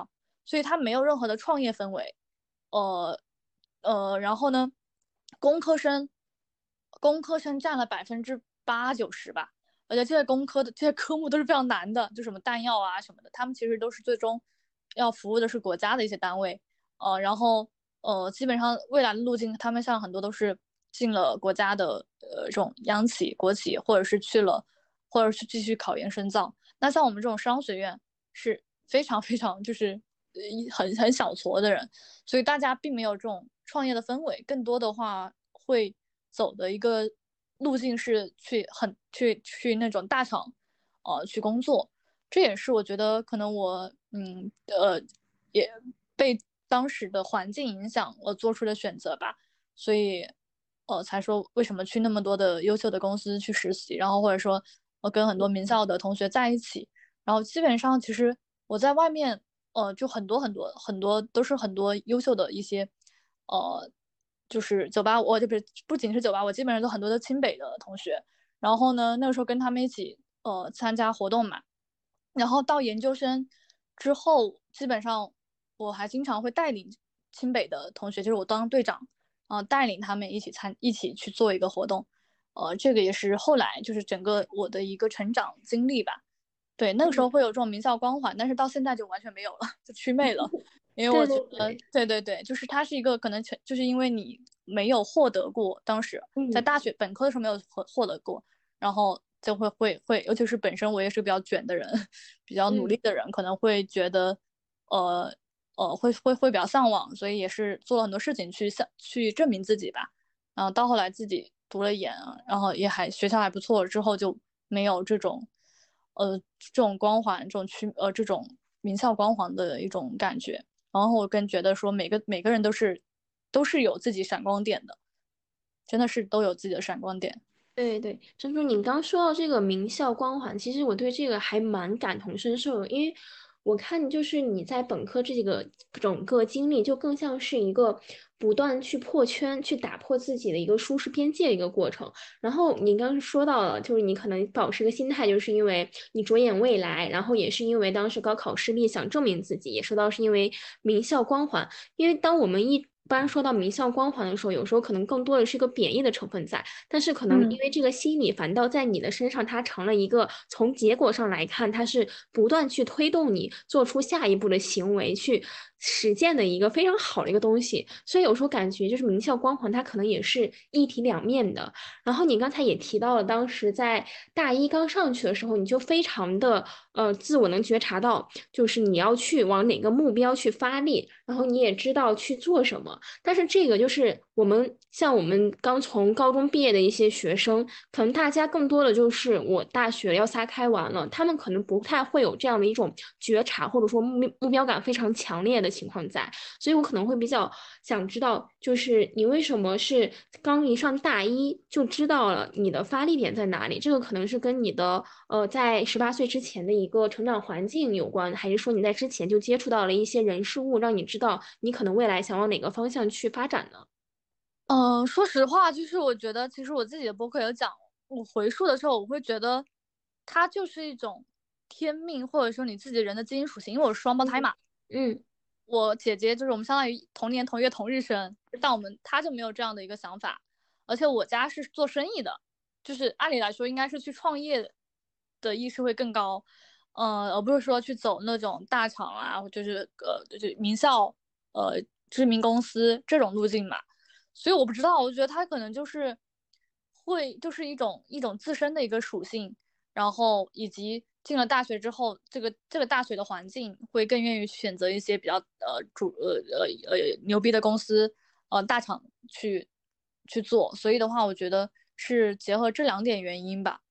Speaker 1: 所以它没有任何的创业氛围。呃呃，然后呢，工科生工科生占了百分之八九十吧，而且这些工科的这些科目都是非常难的，就什么弹药啊什么的，他们其实都是最终要服务的是国家的一些单位。呃，然后呃，基本上未来的路径，他们像很多都是进了国家的呃这种央企、国企，或者是去了，或者是继续考研深造。那像我们这种商学院是非常非常就是很很小撮的人，所以大家并没有这种创业的氛围，更多的话会走的一个路径是去很去去那种大厂，呃，去工作。这也是我觉得可能我嗯呃也被当时的环境影响我做出的选择吧，所以呃才说为什么去那么多的优秀的公司去实习，然后或者说我跟很多名校的同学在一起，然后基本上其实我在外面呃就很多很多很多都是很多优秀的一些呃就是酒吧，我就不不仅是酒吧，我基本上都很多的清北的同学，然后呢那个时候跟他们一起呃参加活动嘛。然后到研究生之后，基本上我还经常会带领清北的同学，就是我当队长，啊、呃，带领他们一起参一起去做一个活动，呃，这个也是后来就是整个我的一个成长经历吧。对，那个时候
Speaker 2: 嗯，
Speaker 1: 会有这种名校光环，但是到现在就完全没有了，就祛魅了。因为我
Speaker 2: 对
Speaker 1: 觉得，
Speaker 2: 对对，
Speaker 1: 对对对，就是它是一个可能全，就是因为你没有获得过，当时在
Speaker 2: 嗯
Speaker 1: 大学本科的时候没有获获得过，然后就会会会，尤其是本身我也是比较卷的人，比较努力
Speaker 2: 嗯。
Speaker 1: 的人，可能会觉得，呃呃，会会会比较向往，所以也是做了很多事情去向去证明自己吧。然后到后来自己读了研啊，然后也还学校还不错，之后就没有这种，呃，这种光环，这种区呃这种名校光环的一种感觉。然后我更觉得说每个每个人都是都是有自己闪光点的，真的是都有自己的闪光点。
Speaker 2: 对对，珍珠，你刚说到这个名校光环，其实我对这个还蛮感同身受的，因为我看就是你在本科这个整个经历，就更像是一个不断去破圈、去打破自己的一个舒适边界的一个过程。然后你刚刚说到了，就是你可能保持个心态，就是因为你着眼未来，然后也是因为当时高考失利想证明自己，也说到是因为名校光环。因为当我们一般说到名校光环的时候，有时候可能更多的是一个贬义的成分在。但是可能因
Speaker 1: 嗯
Speaker 2: 为这个心理，反倒在你的身上，它成了一个从结果上来看，它是不断去推动你做出下一步的行为，去实践的一个非常好的一个东西。所以有时候感觉就是名校光环，它可能也是一体两面的。然后你刚才也提到了，当时在大一刚上去的时候，你就非常的呃自我能觉察到，就是你要去往哪个目标去发力，然后你也知道去做什么。但是这个就是我们像我们刚从高中毕业的一些学生，可能大家更多的就是我大学要撒开完了，他们可能不太会有这样的一种觉察，或者说目目标感非常强烈的情况在，所以我可能会比较想知道，就是你为什么是刚一上大一就知道了你的发力点在哪里？这个可能是跟你的呃在十八岁之前的一个成长环境有关，还是说你在之前就接触到了一些人事物，让你知道你可能未来想往哪个方向去发展呢？
Speaker 1: 嗯、呃说实话，就是我觉得其实我自己的博客有讲，我回溯的时候，我会觉得它就是一种天命，或者说你自己人的基因属性。因为我是双胞胎
Speaker 2: 嗯
Speaker 1: 嘛，
Speaker 2: 嗯
Speaker 1: 我姐姐就是我们相当于同年同月同日生，但我们她就没有这样的一个想法，而且我家是做生意的，就是按理来说应该是去创业的意识会更高，呃，而不是说去走那种大厂啊，就是呃就是名校呃知名公司这种路径嘛。所以我不知道，我觉得他可能就是会就是一种一种自身的一个属性，然后以及进了大学之后，这个这个大学的环境会更愿意选择一些比较呃主呃呃呃牛逼的公司呃大厂去去做，所以的话，我觉得是结合这两点原因吧。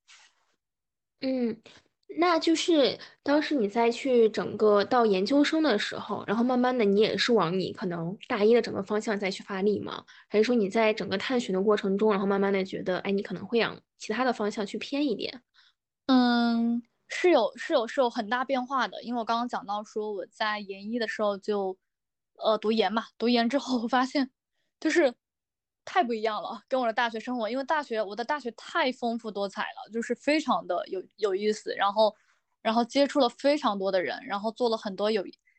Speaker 2: 嗯，那就是当时你在去整个到研究生的时候，然后慢慢的你也是往你可能大一的整个方向再去发力吗？还是说你在整个探寻的过程中，然后慢慢的觉得，哎，你可能会往其他的方向去偏一点？
Speaker 1: 嗯，是有是有是有很大变化的，因为我刚刚讲到说我在研一的时候就，呃，读研嘛，读研之后我发现就是太不一样了，跟我的大学生活，因为大学我的大学太丰富多彩了，就是非常的有有意思，然后然后接触了非常多的人，然后做了很多有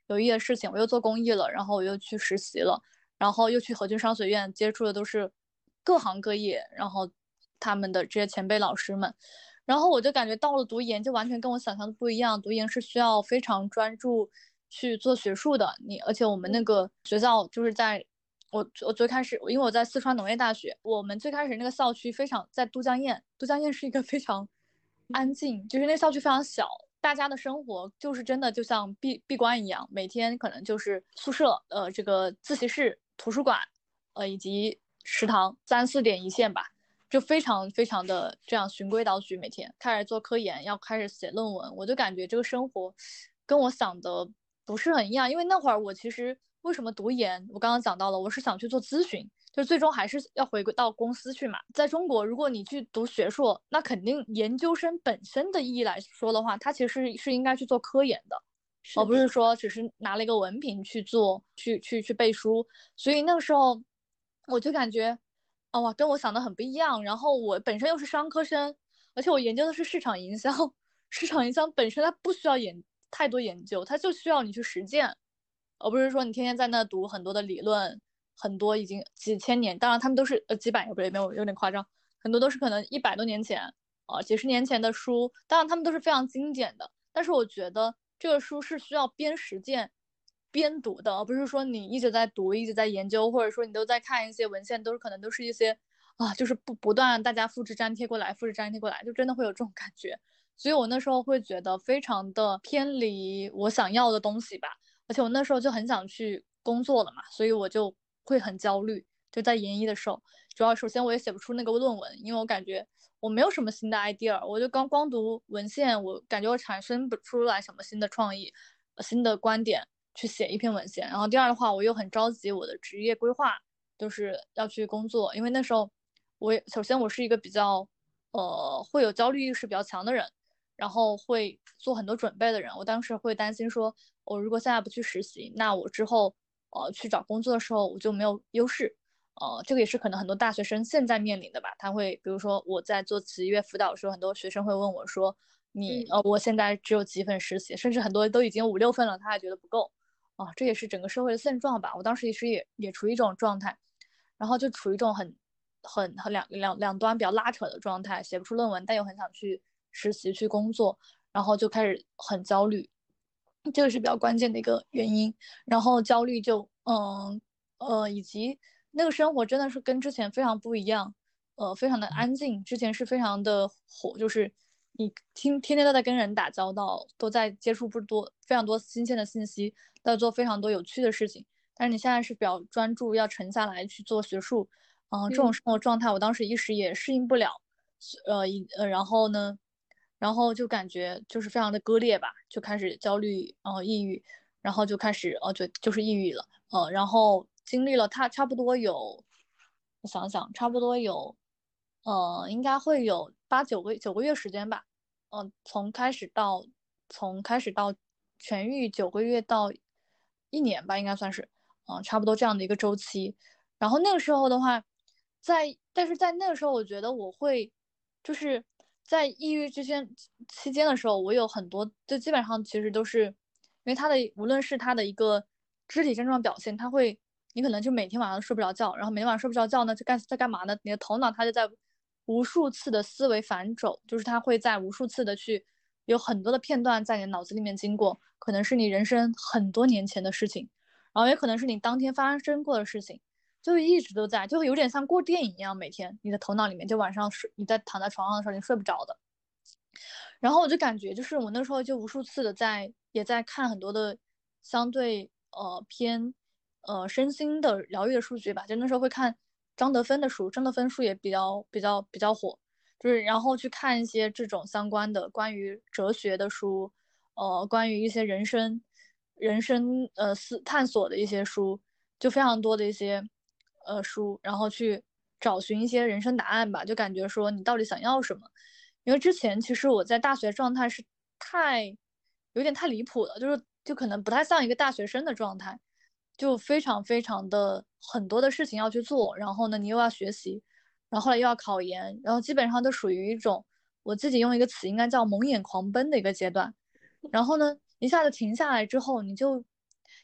Speaker 1: 有意的事情，我又做公益了，然后我又去实习了，然后又去河津商学院接触的都是各行各业，然后他们的这些前辈老师们，然后我就感觉到了读研就完全跟我想象的不一样，读研是需要非常专注去做学术的，你而且我们那个学校就是在我我最开始，因为我在四川农业大学，我们最开始那个校区非常在都江堰，都江堰是一个非常安静，就是那个校区非常小，大家的生活就是真的就像闭闭关一样，每天可能就是宿舍，呃，这个自习室、图书馆，呃，以及食堂，三四点一线吧，就非常非常的这样循规蹈矩，每天开始做科研，要开始写论文，我就感觉这个生活跟我想的不是很一样，因为那会儿我其实为什么读研，我刚刚讲到了，我是想去做咨询，就最终还是要回归到公司去嘛。在中国，如果你去读学硕，那肯定研究生本身的意义来说的话，它其实是是应该去做科研的，而不是说只是拿了一个文凭去做去去去背书。所以那个时候我就感觉，哦哇，跟我想的很不一样。然后我本身又是商科生，而且我研究的是市场营销，市场营销本身它不需要研太多研究，它就需要你去实践，而不是说你天天在那读很多的理论，很多已经几千年，当然他们都是呃几百，不对，没有有点夸张，很多都是可能一百多年前啊、呃、几十年前的书，当然他们都是非常精简的，但是我觉得这个书是需要边实践边读的，而不是说你一直在读，一直在研究，或者说你都在看一些文献，都是可能都是一些啊，就是不不断大家复制粘贴过来，复制粘贴过来，就真的会有这种感觉。所以我那时候会觉得非常的偏离我想要的东西吧，而且我那时候就很想去工作了嘛，所以我就会很焦虑。就在研一的时候，主要首先我也写不出那个论文，因为我感觉我没有什么新的 idea，我就刚光读文献，我感觉我产生不出来什么新的创意、新的观点去写一篇文献。然后第二的话，我又很着急我的职业规划，就是要去工作，因为那时候我首先我是一个比较呃会有焦虑意识比较强的人，然后会做很多准备的人。我当时会担心说，我如果现在不去实习，那我之后呃去找工作的时候我就没有优势。呃，这个也是可能很多大学生现在面临的吧。他会，比如说我在做职业辅导的时候，很多学生会问我说：“你呃，我现在只有几份实习，甚至很多都已经五六份了，他还觉得不够。”啊，这也是整个社会的现状吧。我当时其实也也处于一种状态，然后就处于一种很很很两两两端比较拉扯的状态，写不出论文，但又很想去实习去工作，然后就开始很焦虑，这个是比较关键的一个原因。然后焦虑就嗯呃以及那个生活真的是跟之前非常不一样，呃非常的安静，之前是非常的火，就是你听天天都在跟人打交道，都在接触不多非常多新鲜的信息，在做非常多有趣的事情。但是你现在是比较专注，要沉下来去做学术，嗯、呃，这种生活状态，我当时一时也适应不了，呃，呃，然后呢，然后就感觉就是非常的割裂吧，就开始焦虑，呃，抑郁，然后就开始，呃，就就是抑郁了，呃，然后经历了他差不多有，我想想，差不多有，呃，应该会有八九个九个月时间吧，嗯、呃，从开始到从开始到痊愈九个月到一年吧，应该算是，嗯、呃，差不多这样的一个周期。然后那个时候的话，在但是在那个时候，我觉得我会就是在抑郁之间期间的时候，我有很多就基本上其实都是因为他的无论是他的一个肢体症状表现，他会你可能就每天晚上睡不着觉，然后每天晚上睡不着觉呢，就干在干嘛呢？你的头脑它就在无数次的思维反肘，就是它会在无数次的去有很多的片段在你的脑子里面经过，可能是你人生很多年前的事情，然后也可能是你当天发生过的事情。就一直都在，就有点像过电影一样，每天你的头脑里面就晚上睡，你在躺在床上的时候你睡不着的。然后我就感觉，就是我那时候就无数次的在也在看很多的相对呃偏呃身心的疗愈的数据吧，就那时候会看张德芬的书，张德芬书也比较比较比较火，就是然后去看一些这种相关的关于哲学的书，呃，关于一些人生人生呃思探索的一些书，就非常多的一些呃书，然后去找寻一些人生答案吧，就感觉说你到底想要什么。因为之前其实我在大学状态是太有点太离谱了，就是就可能不太像一个大学生的状态，就非常非常的很多的事情要去做，然后呢你又要学习，然后后来又要考研，然后基本上都属于一种我自己用一个词应该叫蒙眼狂奔的一个阶段。然后呢一下子停下来之后，你就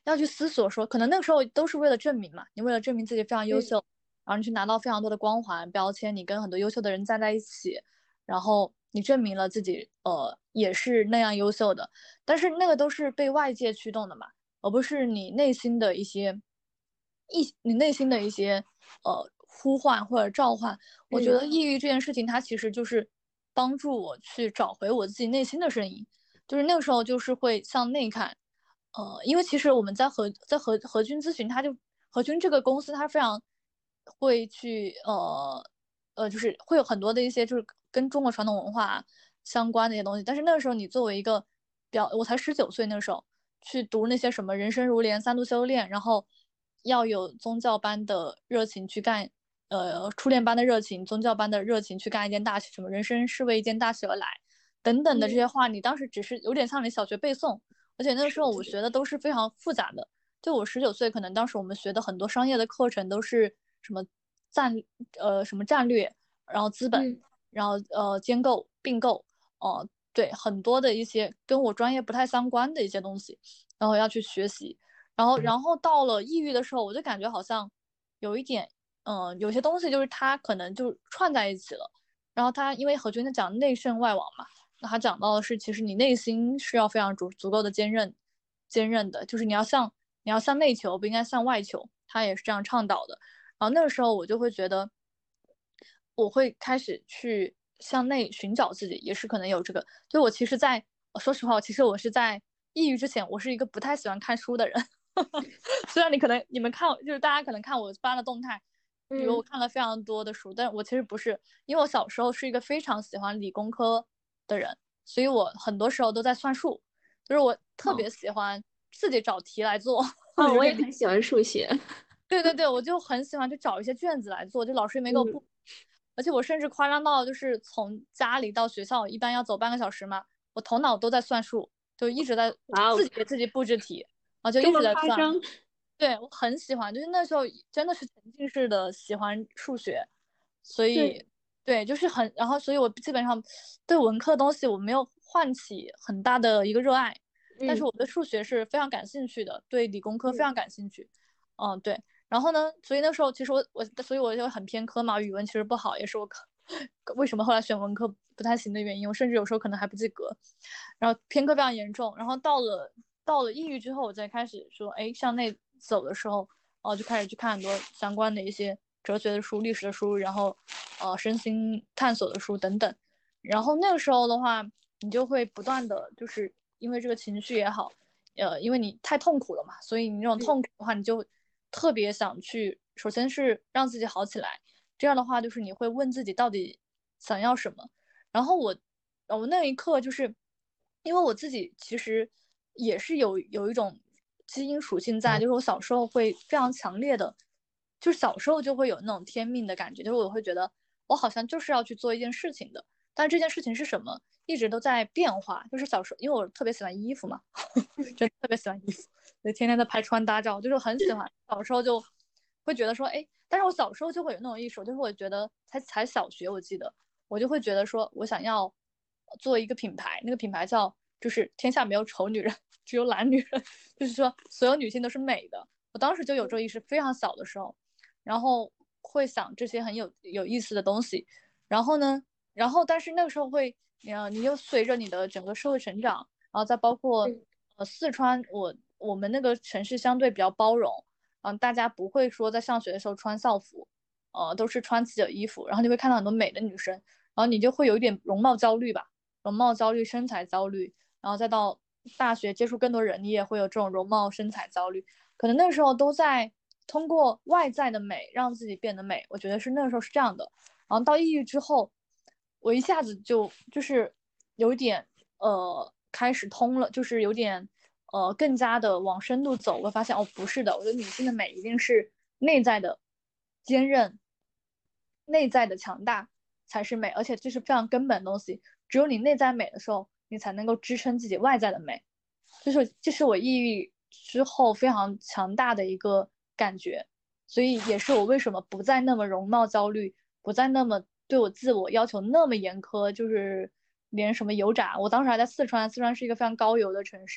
Speaker 1: 要去思索说，可能那个时候都是为了证明嘛，你为了证明自己非常优秀，
Speaker 2: 嗯
Speaker 1: 然后你去拿到非常多的光环标签，你跟很多优秀的人站在一起，然后你证明了自己呃也是那样优秀的，但是那个都是被外界驱动的嘛，而不是你内心的一些一你内心的一些呃呼唤或者召唤。我觉
Speaker 2: 嗯
Speaker 1: 得抑郁这件事情，它其实就是帮助我去找回我自己内心的声音，就是那个时候就是会向内看。呃，因为其实我们在和在和和君咨询，他就和君这个公司，它非常会去呃呃，就是会有很多的一些就是跟中国传统文化相关的一些东西。但是那个时候，你作为一个比较，我才十九岁，那个时候去读那些什么人生如莲、三度修炼，然后要有宗教般的热情去干，呃，初恋般的热情，宗教般的热情去干一件大事，什么人生是为一件大事而来，等等的这些
Speaker 2: 嗯，
Speaker 1: 话，你当时只是有点像你小学背诵。而且那个时候我学的都是非常复杂的。就我十九岁，可能当时我们学的很多商业的课程都是什么战呃什么战略，然后资本，
Speaker 2: 嗯
Speaker 1: 然后呃兼购并购，哦、呃、对，很多的一些跟我专业不太相关的一些东西，然后要去学习。然后然后到了抑郁的时候，我就感觉好像有一点，嗯、呃，有些东西就是它可能就串在一起了。然后他因为何军他讲内圣外王嘛，那他讲到的是，其实你内心是要非常足足够的坚韧，坚韧的，就是你要向你要向内求，不应该向外求。他也是这样倡导的。然后那个时候我就会觉得，我会开始去向内寻找自己，也是可能有这个。就我其实在，说实话，其实我是在抑郁之前，我是一个不太喜欢看书的人。虽然你可能你们看，就是大家可能看我发的动态，以为我
Speaker 2: 嗯，
Speaker 1: 看了非常多的书，但我其实不是，因为我小时候是一个非常喜欢理工科的人，所以我很多时候都在算数，就是我特别
Speaker 2: 好
Speaker 1: 喜欢自己找题来做。
Speaker 2: 哦，我也
Speaker 1: 有点
Speaker 2: 很喜欢数学。
Speaker 1: 对对对，我就很喜欢去找一些卷子来做，就老师也没给我
Speaker 2: 嗯，
Speaker 1: 布，而且我甚至夸张到就是从家里到学校一般要走半个小时嘛，我头脑都在算数，就一直在
Speaker 2: 哇哦，
Speaker 1: 自己给自己布置题，然后就一直
Speaker 2: 这么
Speaker 1: 在算。
Speaker 2: 夸张？
Speaker 1: 对，我很喜欢，就是那时候真的是沉浸式的喜欢数学，所以
Speaker 2: 对，
Speaker 1: 对，就是很，然后所以我基本上对文科的东西我没有唤起很大的一个热爱，但是
Speaker 2: 嗯
Speaker 1: 我对数学是非常感兴趣的，对理工科非
Speaker 2: 嗯
Speaker 1: 常感兴趣。嗯，对。然后呢，所以那时候其实我我所以我就很偏科嘛，语文其实不好，也是我为什么后来选文科不太行的原因。我甚至有时候可能还不及格，然后偏科非常严重。然后到了到了抑郁之后，我再开始说，哎，向内走的时候，哦，就开始去看很多相关的一些哲学的书、历史的书，然后呃身心探索的书等等。然后那个时候的话，你就会不断的就是因为这个情绪也好，呃，因为你太痛苦了嘛，所以你那种
Speaker 2: 嗯
Speaker 1: 痛苦的话，你就特别想去，首先是让自己好起来，这样的话就是你会问自己到底想要什么。然后我，我那一刻就是，因为我自己其实也是有有一种基因属性在，就是我小时候会非常强烈的，就是小时候就会有那种天命的感觉，就是我会觉得我好像就是要去做一件事情的，但这件事情是什么，一直都在变化。就是小时候，因为我特别喜欢衣服嘛，
Speaker 2: 嗯
Speaker 1: 真的特别喜欢衣服，就天天在拍穿搭照，就是很喜欢。小时候就会觉得说，哎，但是我小时候就会有那种意识，就是我觉得才才小学，我记得我就会觉得说，我想要做一个品牌，那个品牌叫就是天下没有丑女人，只有懒女人，就是说所有女性都是美的。我当时就有这个意识，非常小的时候，然后会想这些很有有意思的东西。然后呢，然后但是那个时候会，呃，你又随着你的整个社会成长，然后再包括
Speaker 2: 嗯
Speaker 1: 呃四川，我我们那个城市相对比较包容，嗯、呃大家不会说在上学的时候穿校服，呃，都是穿自己的衣服，然后你会看到很多美的女生，然后你就会有一点容貌焦虑吧，容貌焦虑、身材焦虑，然后再到大学接触更多人，你也会有这种容貌、身材焦虑，可能那个时候都在通过外在的美让自己变得美，我觉得是那个时候是这样的。然后到抑郁之后，我一下子就就是有一点呃开始通了，就是有点呃更加的往深度走。我发现哦不是的，我觉得女性的美一定是内在的坚韧、内在的强大才是美，而且这是非常根本的东西。只有你内在美的时候，你才能够支撑自己外在的美。就是这是我抑郁之后非常强大的一个感觉，所以也是我为什么不再那么容貌焦虑，不再那么对我自我要求那么严苛，就是连什么油炸，我当时还在四川，四川是一个非常高油的城市，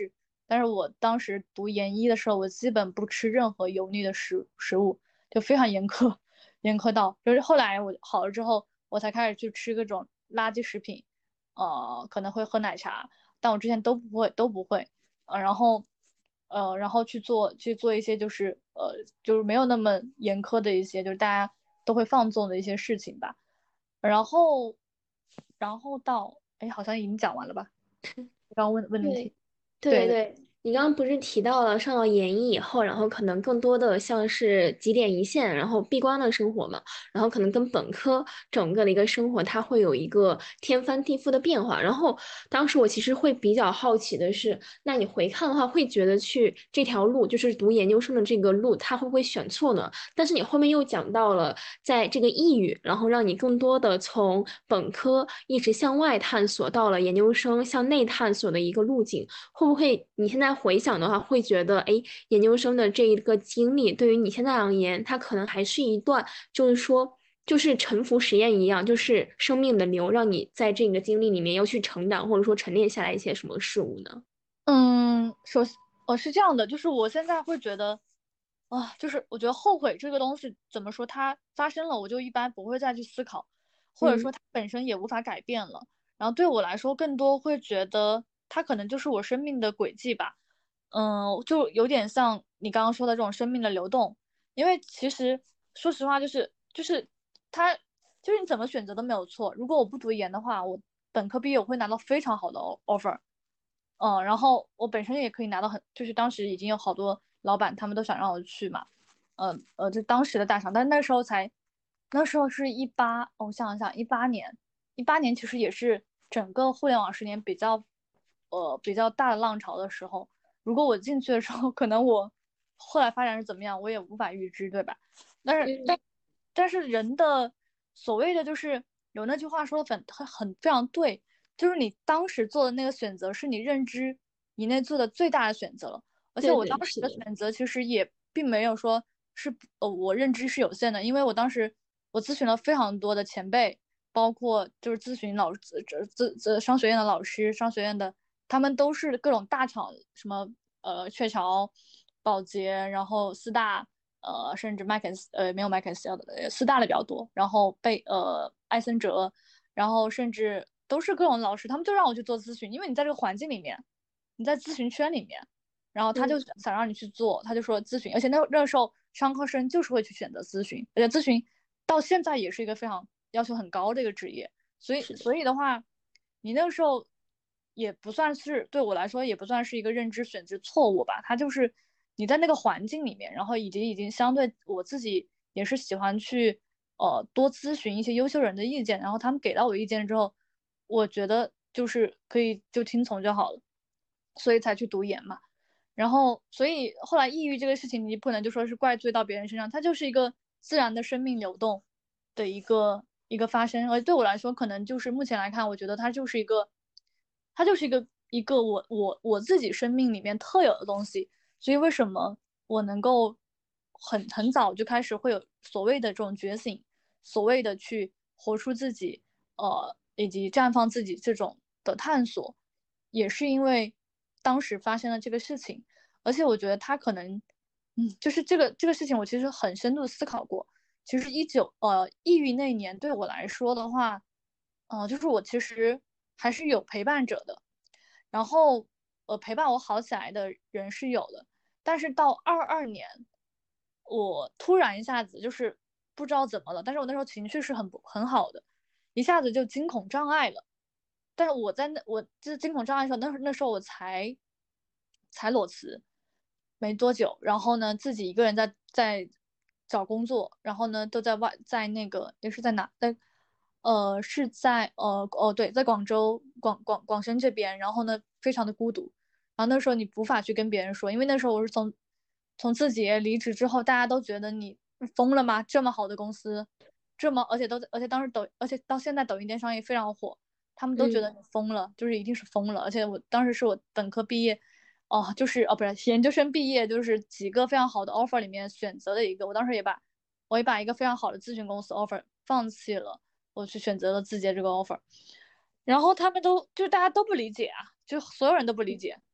Speaker 1: 但是我当时读研一的时候，我基本不吃任何油腻的食食物，就非常严苛，严苛到就是后来我好了之后，我才开始去吃各种垃圾食品，呃，可能会喝奶茶，但我之前都不会都不会，呃，然后呃，然后去做去做一些就是呃就是没有那么严苛的一些，就是大家都会放纵的一些事情吧。然后然后到哎，好像已经讲完了吧？你刚刚问问的问
Speaker 2: 对，
Speaker 1: 题，对对。
Speaker 2: 对对，你刚刚不是提到了上了研一以后，然后可能更多的像是几点一线，然后闭关的生活嘛，然后可能跟本科整个的一个生活，它会有一个天翻地覆的变化。然后当时我其实会比较好奇的是，那你回看的话，会觉得去这条路，就是读研究生的这个路，他会不会选错呢？但是你后面又讲到了，在这个抑郁，然后让你更多的从本科一直向外探索，到了研究生向内探索的一个路径。会不会你现在回想的话，会觉得，哎，研究生的这一个经历，对于你现在而言，它可能还是一段，就是说，就是沉浮实验一样，就是生命的流，让你在这个经历里面要去成长，或者说沉淀下来一些什么事物呢？
Speaker 1: 嗯，首先，呃，是这样的，就是我现在会觉得，啊，就是我觉得后悔这个东西怎么说，它发生了，我就一般不会再去思考，或者说
Speaker 2: 嗯
Speaker 1: 它本身也无法改变了。然后对我来说，更多会觉得它可能就是我生命的轨迹吧。嗯，就有点像你刚刚说的这种生命的流动。因为其实说实话，就是就是它就是你怎么选择都没有错。如果我不读研的话，我本科毕业我会拿到非常好的 offer。嗯，然后我本身也可以拿到很，就是当时已经有好多老板他们都想让我去嘛。呃呃，就当时的大厂，但那时候才，那时候是一八，我想一想，一八年，一八年其实也是整个互联网十年比较，呃比较大的浪潮的时候。如果我进去的时候，可能我后来发展是怎么样，我也无法预知，对吧？但是
Speaker 2: 嗯，
Speaker 1: 但但是人的所谓的就是有那句话说的很很很非常对，就是你当时做的那个选择是你认知以内做的最大的选择了。而且
Speaker 2: 对对，
Speaker 1: 我当时
Speaker 2: 是的，
Speaker 1: 的选择其实也并没有说是呃我认知是有限的，因为我当时我咨询了非常多的前辈，包括就是咨询老师这这这商学院的老师，商学院的他们都是各种大厂，什么呃雀巢、宝洁，然后四大。呃，甚至麦肯锡，呃，没有麦肯锡的，呃四大的比较多，然后贝，呃，艾森哲，然后甚至都是各种老师，他们就让我去做咨询，因为你在这个环境里面，你在咨询圈里面，然后他就
Speaker 2: 嗯，
Speaker 1: 想让你去做，他就说咨询，而且那那时候商科生就是会去选择咨询，而且咨询到现在也是一个非常要求很高的一个职业。所以
Speaker 2: 是的，
Speaker 1: 所以的话，你那个时候也不算是对我来说也不算是一个认知选择错误吧，他就是你在那个环境里面，然后以及已经相对我自己也是喜欢去呃多咨询一些优秀人的意见，然后他们给到我意见之后，我觉得就是可以就听从就好了，所以才去读研嘛。然后，所以后来抑郁这个事情，你不能就说是怪罪到别人身上，它就是一个自然的生命流动的一个一个发生。而对我来说，可能就是目前来看，我觉得它就是一个，它就是一个一个我我我自己生命里面特有的东西。所以为什么我能够很很早就开始会有所谓的这种觉醒，所谓的去活出自己，呃，以及绽放自己这种的探索，也是因为当时发生了这个事情。而且我觉得他可能，嗯，就是这个这个事情，我其实很深度思考过。其实一九呃抑郁那年对我来说的话，呃，就是我其实还是有陪伴者的，然后呃陪伴我好起来的人是有的。但是到二二年，我突然一下子就是不知道怎么了，但是我那时候情绪是很不很好的，一下子就惊恐障碍了。但是我在那我就是惊恐障碍的时候，那时候那时候我才才裸辞没多久，然后呢自己一个人在在找工作，然后呢都在外在那个也是在哪在呃是在呃哦对，在广州广广广深这边，然后呢非常的孤独。然后那时候你无法去跟别人说，因为那时候我是从从字节离职之后，大家都觉得你疯了吗？这么好的公司，这么而且都而且当时抖而且到现在抖音电商也非常火，他们都觉得
Speaker 2: 嗯
Speaker 1: 你疯了，就是一定是疯了。而且我当时是我本科毕业，哦，就是哦不是研究生毕业，就是几个非常好的 offer 里面选择的一个。我当时也把我也把一个非常好的咨询公司 offer 放弃了，我去选择了字节这个 offer。然后他们都就大家都不理解啊，就所有人都不理解。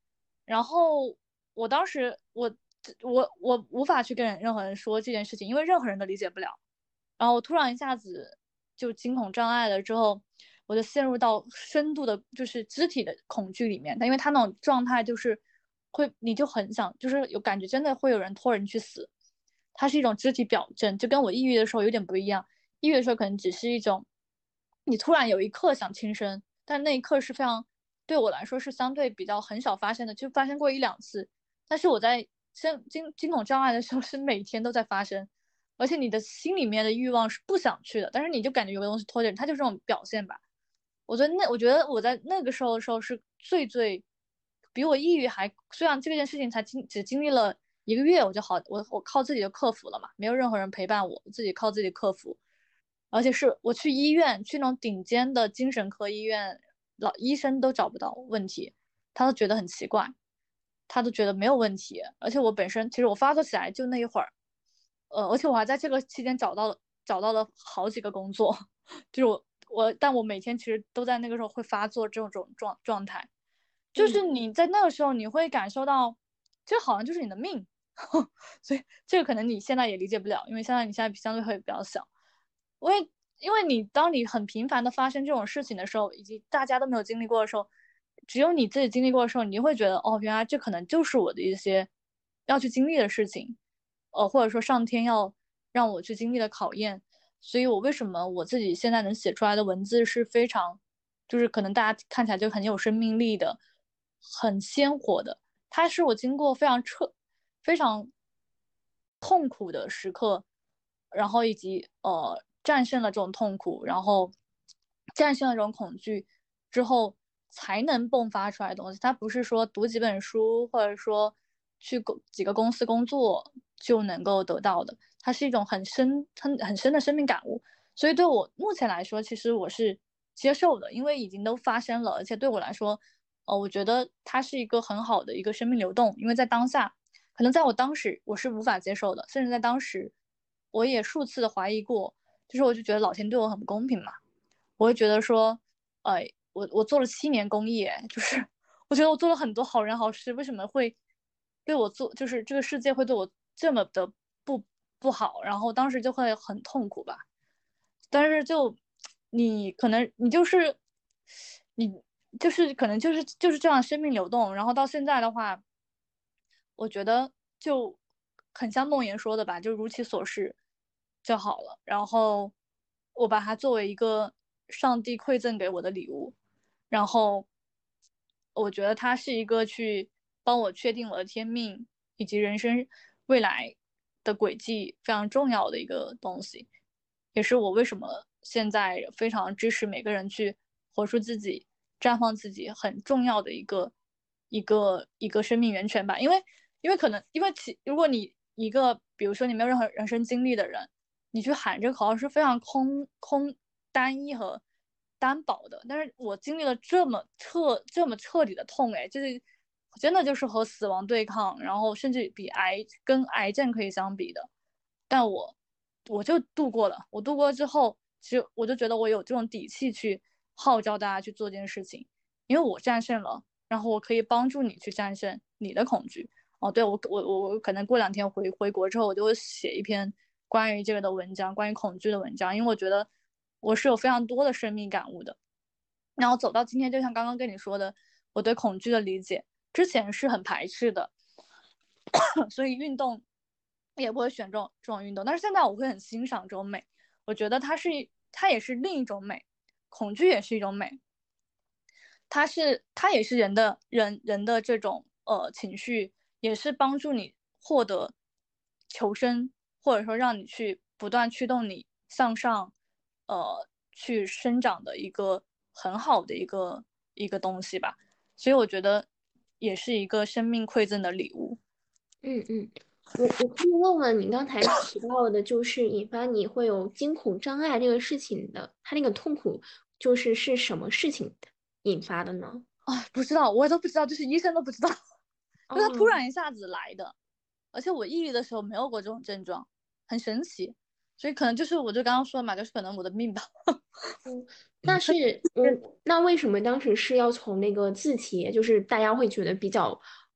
Speaker 1: 然后我当时我我我无法去跟任何人说这件事情，因为任何人都理解不了。然后突然一下子就惊恐障碍了之后，我就陷入到深度的，就是肢体的恐惧里面。因为他那种状态就是会，你就很想，就是有感觉，真的会有人拖人去死。它是一种肢体表征，就跟我抑郁的时候有点不一样。抑郁的时候可能只是一种，你突然有一刻想轻生，但那一刻是非常对我来说是相对比较很少发生的，就发生过一两次。但是我在惊惊惊恐障碍的时候是每天都在发生，而且你的心里面的欲望是不想去的，但是你就感觉有个东西拖着你，它就是这种表现吧。我觉得那我觉得我在那个时候的时候是最最比我抑郁还，虽然这件事情才经只经历了一个月我就好，我我靠自己就克服了嘛，没有任何人陪伴我，自己靠自己克服。而且是我去医院，去那种顶尖的精神科医院，老医生都找不到问题，他都觉得很奇怪，他都觉得没有问题。而且我本身其实我发作起来就那一会儿，呃，而且我还在这个期间找到了找到了好几个工作，就是我我，但我每天其实都在那个时候会发作这种状状态，就是
Speaker 2: 嗯
Speaker 1: 你在那个时候你会感受到，这好像就是你的命，所以这个可能你现在也理解不了，因为现在你现在相对会比较小。因为因为你当你很频繁的发生这种事情的时候，以及大家都没有经历过的时候，只有你自己经历过的时候，你会觉得哦，原来这可能就是我的一些要去经历的事情，呃，或者说上天要让我去经历的考验。所以我为什么我自己现在能写出来的文字是非常，就是可能大家看起来就很有生命力的，很鲜活的，它是我经过非常彻、非常痛苦的时刻，然后以及呃战胜了这种痛苦，然后战胜了这种恐惧之后才能迸发出来的东西。它不是说读几本书或者说去几个公司工作就能够得到的，它是一种很深、很很深的生命感悟。所以对我目前来说，其实我是接受的，因为已经都发生了，而且对我来说，呃，我觉得它是一个很好的一个生命流动，因为在当下。可能在我当时我是无法接受的，甚至在当时我也数次的怀疑过，就是我就觉得老天对我很不公平嘛，我会觉得说，呃，我我做了七年公益，就是我觉得我做了很多好人好事，为什么会对我做，就是这个世界会对我这么的不不好，然后当时就会很痛苦吧。但是就你可能你就是你就是可能就是就是这样生命流动，然后到现在的话，我觉得就很像梦妍说的吧，就如其所是就好了。然后我把它作为一个上帝馈赠给我的礼物，然后我觉得它是一个去帮我确定我的天命以及人生未来的轨迹非常重要的一个东西，也是我为什么现在非常支持每个人去活出自己、绽放自己很重要的一个一个一个生命源泉吧。因为因为可能因为其如果你一个比如说你没有任何人生经历的人，你去喊这个口号是非常空空单一和单薄的。但是我经历了这么彻这么彻底的痛，哎，就是真的就是和死亡对抗，然后甚至比癌跟癌症可以相比的。但我我就度过了，我度过之后，其实我就觉得我有这种底气去号召大家去做这件事情，因为我战胜了，然后我可以帮助你去战胜你的恐惧。哦，对，我我我我可能过两天回回国之后，我就会写一篇关于这个的文章，关于恐惧的文章，因为我觉得我是有非常多的生命感悟的。然后走到今天，就像刚刚跟你说的，我对恐惧的理解，之前是很排斥的，所以运动也不会选这种这种运动。但是现在我会很欣赏这种美，我觉得它是它也是另一种美，恐惧也是一种美，它是它也是人的人人的这种呃情绪，也是帮助你获得求生，或者说让你去不断驱动你向上，呃，去生长的一个很好的一个一个东西吧。所以我觉得也是一个生命馈赠的礼物。
Speaker 2: 嗯嗯，我我可以问问你刚才提到的，就是引发你会有惊恐障碍这个事情的，它那个痛苦就是是什么事情引发的呢？
Speaker 1: 哎，不知道，我都不知道，就是医生都不知道，就他突
Speaker 2: 哦，
Speaker 1: 然一下子来的，而且我抑郁的时候没有过这种症状，很神奇。所以可能就是我就刚刚说的嘛，就是可能我的命吧。
Speaker 2: 嗯，那是嗯，那为什么当时是要从那个字体，就是大家会觉得比较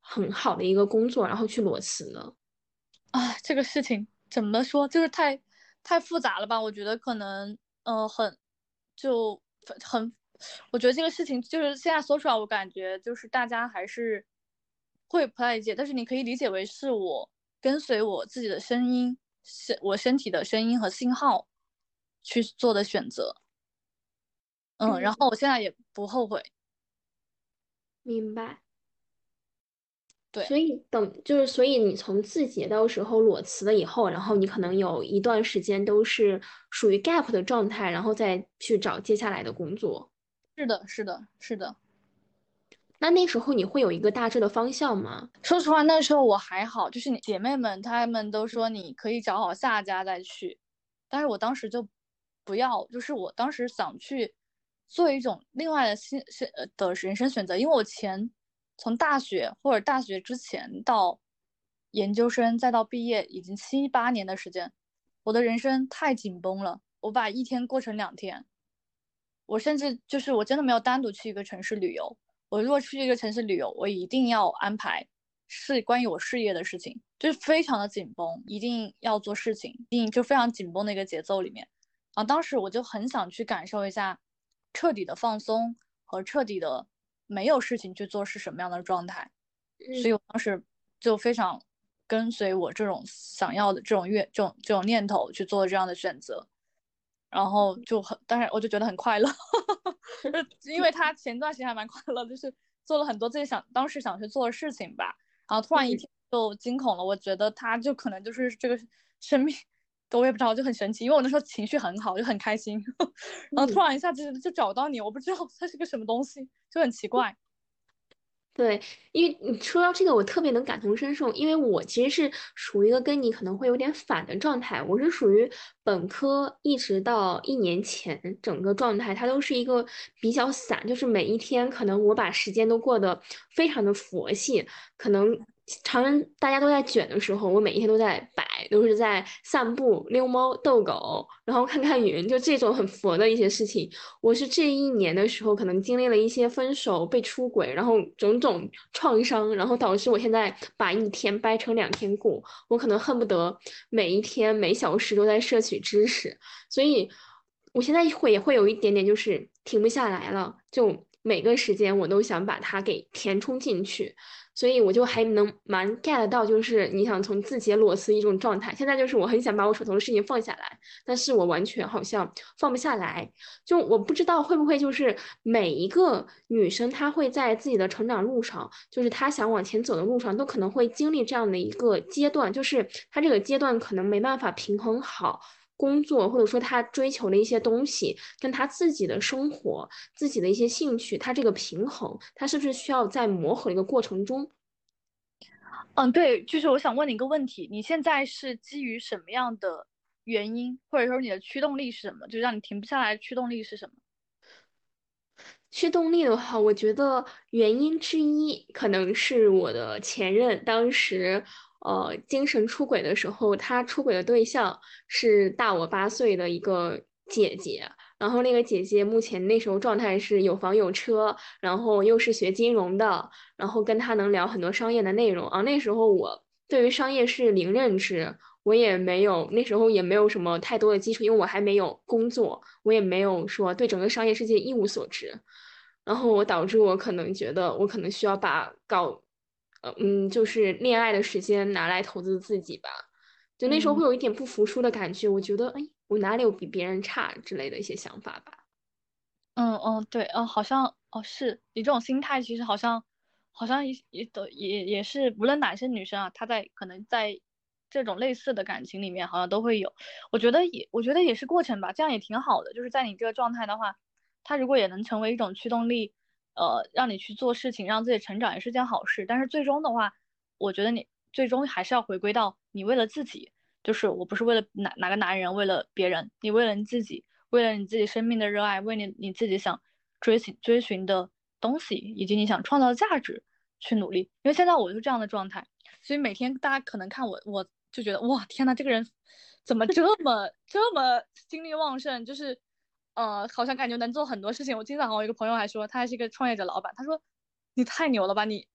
Speaker 2: 很好的一个工作，然后去裸辞呢？
Speaker 1: 啊，这个事情怎么说，就是太太复杂了吧？我觉得可能呃很就很，我觉得这个事情就是现在说出来，我感觉就是大家还是会不太理解，但是你可以理解为是我跟随我自己的声音，是我身体的声音和信号去做的选择。嗯，然
Speaker 2: 嗯，
Speaker 1: 后我现在也不后悔。
Speaker 2: 明白。
Speaker 1: 对。
Speaker 2: 所以等就是，所以你从字节到时候裸辞了以后，然后你可能有一段时间都是属于 gap 的状态，然后再去找接下来的工作。
Speaker 1: 是的，是的，是的。
Speaker 2: 那那时候你会有一个大致的方向吗？
Speaker 1: 说实话，那时候我还好，就是你姐妹们她们都说你可以找好下家再去，但是我当时就不要，就是我当时想去做一种另外的新新呃的人生选择，因为我前从大学或者大学之前到研究生再到毕业已经七八年的时间，我的人生太紧绷了，我把一天过成两天，我甚至就是我真的没有单独去一个城市旅游。我如果去一个城市旅游，我一定要安排是关于我事业的事情，就是非常的紧绷，一定要做事情，一定就非常紧绷的一个节奏里面。然后当时我就很想去感受一下彻底的放松和彻底的没有事情去做是什么样的状态，所以
Speaker 2: 嗯
Speaker 1: 我当时就非常跟随我这种想要的这种愿这种这种念头去做这样的选择。然后就很，当然我就觉得很快乐，因为他前段时间还蛮快乐，就是做了很多自己想当时想去做的事情吧，然后突然一
Speaker 2: 嗯
Speaker 1: 天就惊恐了，我觉得他就可能就是这个生命，我也不知道，就很神奇，因为我那时候情绪很好，就很开心，然后突
Speaker 2: 嗯。
Speaker 1: 然一下子就找到你，我不知道它是个什么东西，就很奇怪。
Speaker 2: 对，因为你说到这个，我特别能感同身受，因为我其实是属于一个跟你可能会有点反的状态。我是属于本科一直到一年前，整个状态它都是一个比较散，就是每一天可能我把时间都过得非常的佛系，可能常人大家都在卷的时候，我每一天都在摆，都是在散步、遛猫、逗狗，然后看看云，就这种很佛的一些事情。我是这一年的时候，可能经历了一些分手、被出轨，然后种种创伤，然后导致我现在把一天掰成两天过。我可能恨不得每一天每小时都在摄取知识，所以我现在会也会有一点点就是停不下来了，就每个时间我都想把它给填充进去。所以我就还能蛮 get 到，就是你想从字节裸辞一种状态。现在就是我很想把我手头的事情放下来，但是我完全好像放不下来。就我不知道会不会就是每一个女生，她会在自己的成长路上，就是她想往前走的路上，都可能会经历这样的一个阶段，就是她这个阶段可能没办法平衡好。工作或者说她追求的一些东西，跟她自己的生活、自己的一些兴趣，她这个平衡，她是不是需要在磨合的一个过程中？
Speaker 1: 嗯，对，就是我想问你一个问题，你现在是基于什么样的原因，或者说你的驱动力是什么？就让你停不下来的驱动力是什么？
Speaker 2: 驱动力的话，我觉得原因之一可能是我的前任当时，呃，精神出轨的时候，他出轨的对象是大我八岁的一个姐姐，然后那个姐姐目前那时候状态是有房有车，然后又是学金融的，然后跟他能聊很多商业的内容啊。那时候我对于商业是零认知，我也没有那时候也没有什么太多的基础，因为我还没有工作，我也没有说对整个商业世界一无所知。然后我导致我可能觉得我可能需要把搞，呃嗯，就是恋爱的时间拿来投资自己吧。就那时候
Speaker 1: 嗯
Speaker 2: 会有一点不服输的感觉，我觉得，哎，我哪里有比别人差之类的一些想法吧。
Speaker 1: 嗯嗯，对，哦，好像哦，是你这种心态，其实好像好像也也都也也是，无论男生女生啊，他在可能在这种类似的感情里面，好像都会有。我觉得也，我觉得也是过程吧，这样也挺好的。就是在你这个状态的话，他如果也能成为一种驱动力，呃，让你去做事情，让自己成长，也是件好事。但是最终的话，我觉得你最终还是要回归到你为了自己，就是我不是为了哪哪个男人，为了别人，你为了你自己。为了你自己生命的热爱，为你你自己想追寻追寻的东西，以及你想创造的价值去努力。因为现在我是这样的状态，所以每天大家可能看我，我就觉得哇，天呐，这个人怎么这么这么精力旺盛？就是呃，好像感觉能做很多事情。我经常我一个朋友还说，他还是一个创业者老板，他说你太牛了吧，你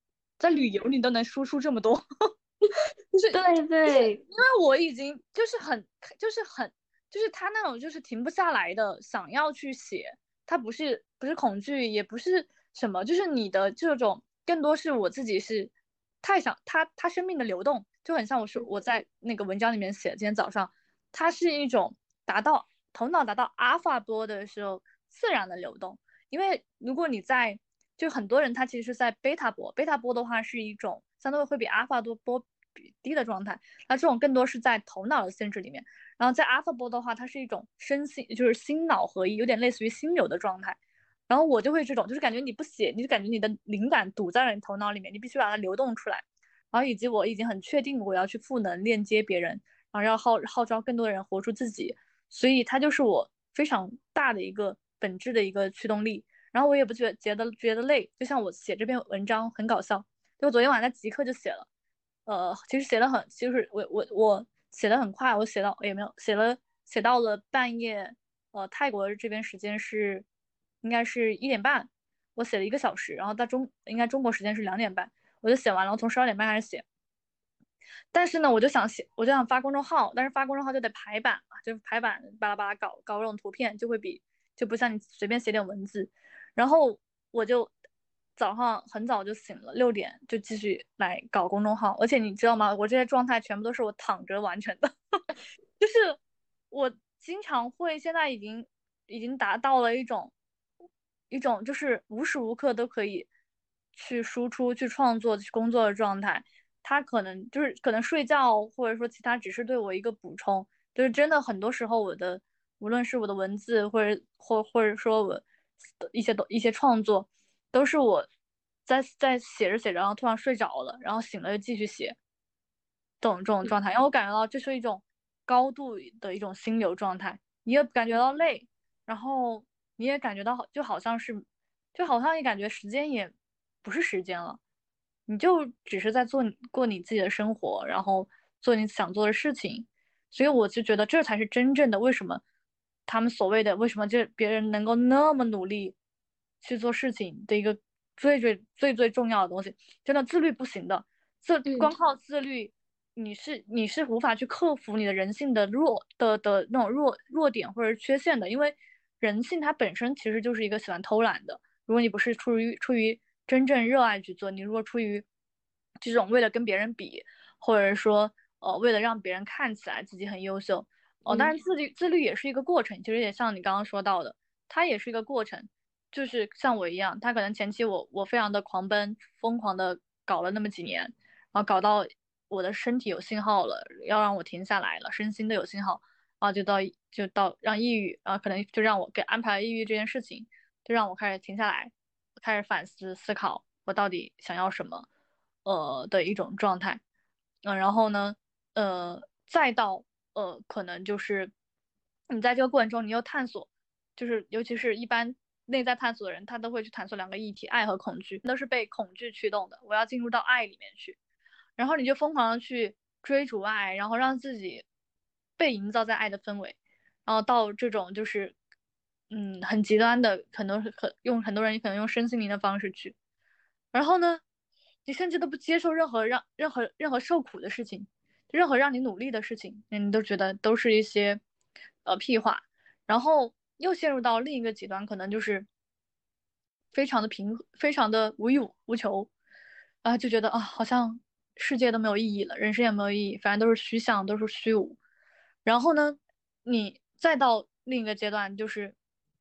Speaker 1: 在旅游你都能输出这么多，就是
Speaker 2: 对对，
Speaker 1: 因为我已经就是很就是很就是他那种就是停不下来的想要去写，他不是不是恐惧，也不是什么，就是你的这种更多是我自己是太想他他生命的流动，就很像我说我在那个文章里面写，今天早上它是一种达到头脑达到阿尔法波的时候自然的流动，因为如果你在就很多人他其实是在贝塔波，贝塔波的话是一种相对会比阿尔法波比低的状态，那这种更多是在头脑的限制里面。然后在阿尔法波的话，它是一种身心就是心脑合一，有点类似于心流的状态。然后我就会这种，就是感觉你不写，你就感觉你的灵感堵在了你头脑里面，你必须把它流动出来。然后以及我已经很确定我要去赋能链接别人，然后要号号召更多的人活出自己，所以它就是我非常大的一个本质的一个驱动力。然后我也不觉得觉得觉得累，就像我写这篇文章很搞笑，就我昨天晚上在极客就写了，呃，其实写的很，就是我我我写的很快，我写到也没有写了写到了半夜，呃，泰国这边时间是应该是一点半，我写了一个小时，然后在中应该中国时间是两点半，我就写完了，我从十二点半开始写。但是呢，我就想写，我就想发公众号，但是发公众号就得排版嘛，就排版巴拉巴拉搞搞这种图片，就会比就不像你随便写点文字。然后我就早上很早就醒了，六点就继续来搞公众号。而且你知道吗？我这些状态全部都是我躺着完成的，就是我经常会现在已经已经达到了一种一种就是无时无刻都可以去输出、去创作、去工作的状态。他可能就是可能睡觉，或者说其他只是对我一个补充。就是真的很多时候，我的无论是我的文字，或者或或者说我的一些一些创作，都是我在在写着写着，然后突然睡着了，然后醒了又继续写，这种这种状态。然后我感觉到这是一种高度的一种心流状态，你也感觉到累，然后你也感觉到就好像是，就好像你感觉时间也不是时间了。你就只是在做过你自己的生活，然后做你想做的事情，所以我就觉得这才是真正的为什么他们所谓的为什么这别人能够那么努力去做事情的一个最最最最重要的东西。真的自律不行的，自
Speaker 2: 嗯
Speaker 1: 光靠自律，你是你是无法去克服你的人性的弱的的那种弱弱点或者缺陷的，因为人性它本身其实就是一个喜欢偷懒的。如果你不是出于出于真正热爱去做，你如果出于这种为了跟别人比，或者说呃为了让别人看起来自己很优秀，哦，当
Speaker 2: 嗯
Speaker 1: 然自律自律也是一个过程，其实也像你刚刚说到的，它也是一个过程，就是像我一样，他可能前期我我非常的狂奔，疯狂的搞了那么几年，然后搞到我的身体有信号了，要让我停下来了，身心都有信号，然后就到就到让抑郁，然后可能就让我给安排了抑郁这件事情，就让我开始停下来，开始反思思考我到底想要什么，呃的一种状态，嗯、呃然后呢，呃，再到呃可能就是你在这个过程中，你又探索。就是尤其是一般内在探索的人，他都会去探索两个议题，爱和恐惧，都是被恐惧驱动的。我要进入到爱里面去，然后你就疯狂的去追逐爱，然后让自己被营造在爱的氛围，然后到这种就是嗯很极端的，可能很用很多人可能用身心灵的方式去，然后呢，你甚至都不接受任何让任何任何受苦的事情，任何让你努力的事情，你都觉得都是一些呃屁话。然后又陷入到另一个极端，可能就是非常的平，非常的无欲无求，啊，就觉得啊，好像世界都没有意义了，人生也没有意义，反正都是虚像，都是虚无。然后呢，你再到另一个阶段，就是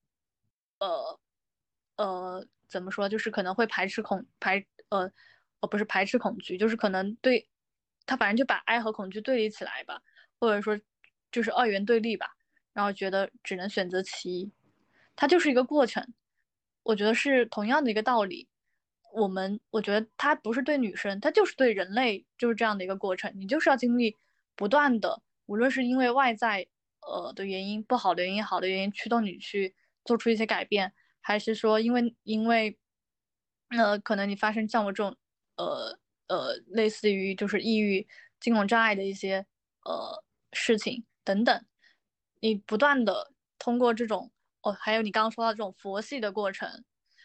Speaker 1: 呃，怎么说，就是可能会排斥恐排呃，呃不是排斥恐惧，就是可能对他反正就把爱和恐惧对立起来吧，或者说就是二元对立吧，然后觉得只能选择其一，它就是一个过程，我觉得是同样的一个道理。我们我觉得它不是对女生，它就是对人类就是这样的一个过程，你就是要经历不断的，无论是因为外在呃的原因、不好的原因、好的原因驱动你去做出一些改变。还是说因为因为呃可能你发生像我这种呃呃类似于就是抑郁、金融障碍的一些呃事情等等，你不断的通过这种哦，还有你刚刚说到这种佛系的过程，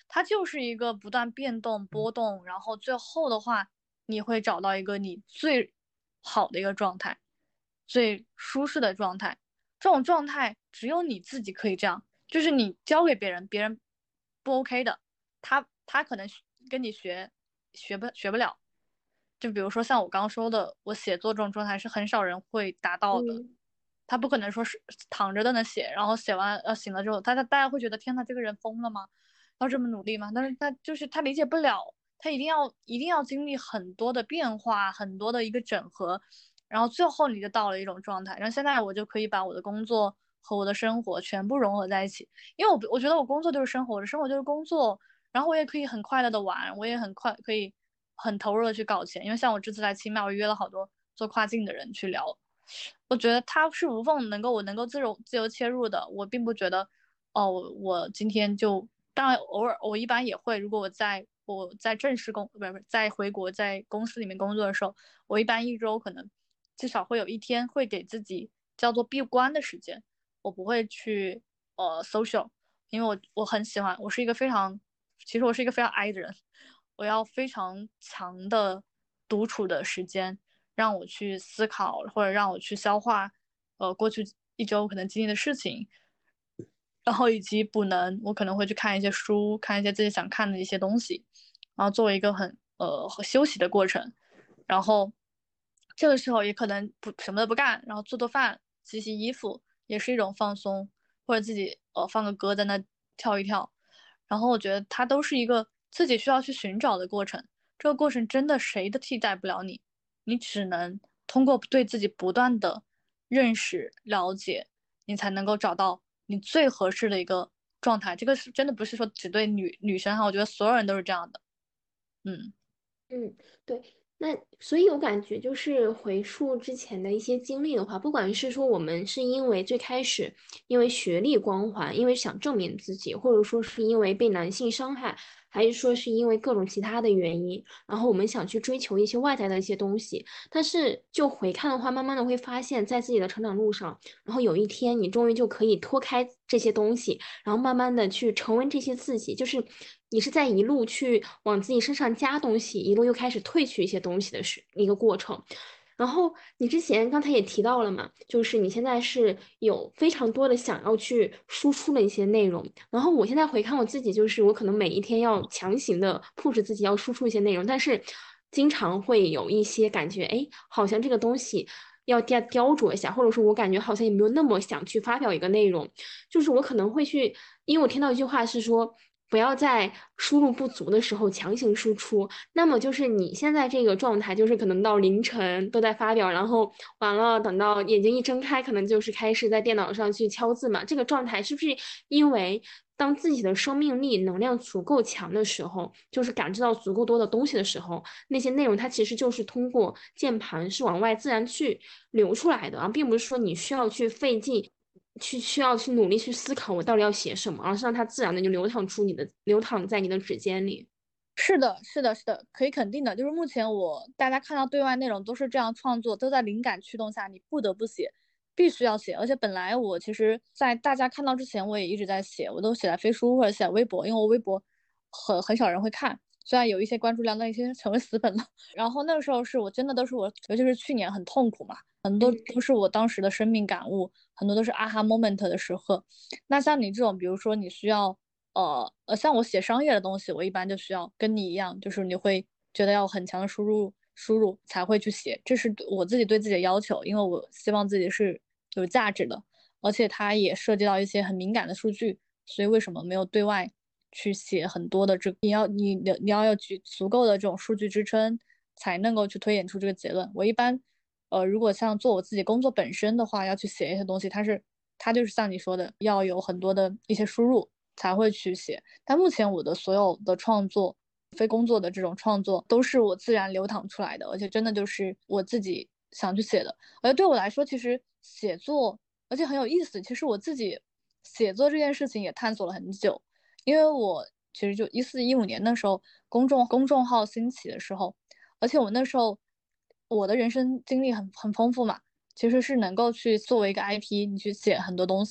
Speaker 1: 它就是一个不断变动波动，然后最后的话，你会找到一个你最好的一个状态，最舒适的状态。这种状态只有你自己可以这样，就是你教给别人，别人不 OK 的，他他可能跟你学学不学不了。就比如说像我刚刚说的，我写作这种状态是很少人会达到的。
Speaker 2: 嗯
Speaker 1: 他不可能说是躺着在那写，然后写完呃醒了之后，他他大家会觉得天呐，这个人疯了吗？要这么努力吗？但是他就是他理解不了，他一定要一定要经历很多的变化，很多的一个整合，然后最后你就到了一种状态。然后现在我就可以把我的工作和我的生活全部融合在一起，因为我我觉得我工作就是生活，我的生活就是工作，然后我也可以很快乐的玩，我也很快可以很投入的去搞钱，因为像我这次来清迈，我约了好多做跨境的人去聊。我觉得它是无缝能够我能够自由自由切入的，我并不觉得哦，我今天就当然偶尔我一般也会，如果我在我在正式工不是不是在回国在公司里面工作的时候，我一般一周可能至少会有一天会给自己叫做闭关的时间，我不会去呃 social，因为我我很喜欢，我是一个非常其实我是一个非常 i 的人，我要非常强的独处的时间。让我去思考，或者让我去消化，呃，过去一周可能经历的事情，然后以及补能，我可能会去看一些书，看一些自己想看的一些东西，然后作为一个很呃休息的过程，然后这个时候也可能不什么都不干，然后做做饭、洗洗衣服，也是一种放松，或者自己呃放个歌在那跳一跳，然后我觉得它都是一个自己需要去寻找的过程，这个过程真的谁都替代不了你。你只能通过对自己不断的认识、了解，你才能够找到你最合适的一个状态。这个是真的不是说只对女女生哈，我觉得所有人都是这样的。嗯。
Speaker 2: 嗯，对，那所以我感觉就是回溯之前的一些经历的话，不管是说我们是因为最开始因为学历光环，因为想证明自己，或者说是因为被男性伤害，还是说是因为各种其他的原因，然后我们想去追求一些外在的一些东西，但是就回看的话，慢慢的会发现，在自己的成长路上，然后有一天你终于就可以脱开这些东西，然后慢慢的去成为这些自己，就是你是在一路去往自己身上加东西，一路又开始褪去一些东西的是一个过程。然后你之前刚才也提到了嘛，就是你现在是有非常多的想要去输出的一些内容。然后我现在回看我自己，就是我可能每一天要强行的 push 自己要输出一些内容，但是经常会有一些感觉，哎，好像这个东西要雕雕琢一下，或者说我感觉好像也没有那么想去发表一个内容，就是我可能会去，因为我听到一句话是说。不要在输入不足的时候强行输出，那么就是你现在这个状态，就是可能到凌晨都在发表，然后完了等到眼睛一睁开，可能就是开始在电脑上去敲字嘛。这个状态是不是因为当自己的生命力能量足够强的时候，就是感知到足够多的东西的时候，那些内容它其实就是通过键盘是往外自然去流出来的啊，并不是说你需要去费劲。去需要去努力去思考我到底要写什么，而是让它自然的就流淌出你的流淌在你的指尖里。
Speaker 1: 是的，是的，是的，可以肯定的。就是目前我大家看到对外内容都是这样创作，都在灵感驱动下，你不得不写，必须要写。而且本来我其实，在大家看到之前，我也一直在写，我都写在飞书或者写在微博，因为我微博很很少人会看，虽然有一些关注量，但已经成为死粉了。然后那个时候是我真的都是我，尤其是去年很痛苦嘛，很多
Speaker 2: 嗯
Speaker 1: 都是我当时的生命感悟，很多都是啊哈 moment 的时刻。那像你这种，比如说你需要。呃呃，像我写商业的东西，我一般就需要跟你一样，就是你会觉得要很强的输入输入才会去写，这是我自己对自己的要求，因为我希望自己是有价值的，而且它也涉及到一些很敏感的数据，所以为什么没有对外去写很多的这你要你你要有足足够的这种数据支撑，才能够去推演出这个结论。我一般呃，如果像做我自己工作本身的话，要去写一些东西，它是它就是像你说的，要有很多的一些输入。才会去写。但目前我的所有的创作，非工作的这种创作，都是我自然流淌出来的，而且真的就是我自己想去写的。而对我来说，其实写作，而且很有意思。其实我自己写作这件事情也探索了很久，因为我其实就一四一五年的时候，公众公众号兴起的时候，而且我那时候我的人生经历很很丰富嘛，其实是能够去作为一个 I P，你去写很多东西嘛。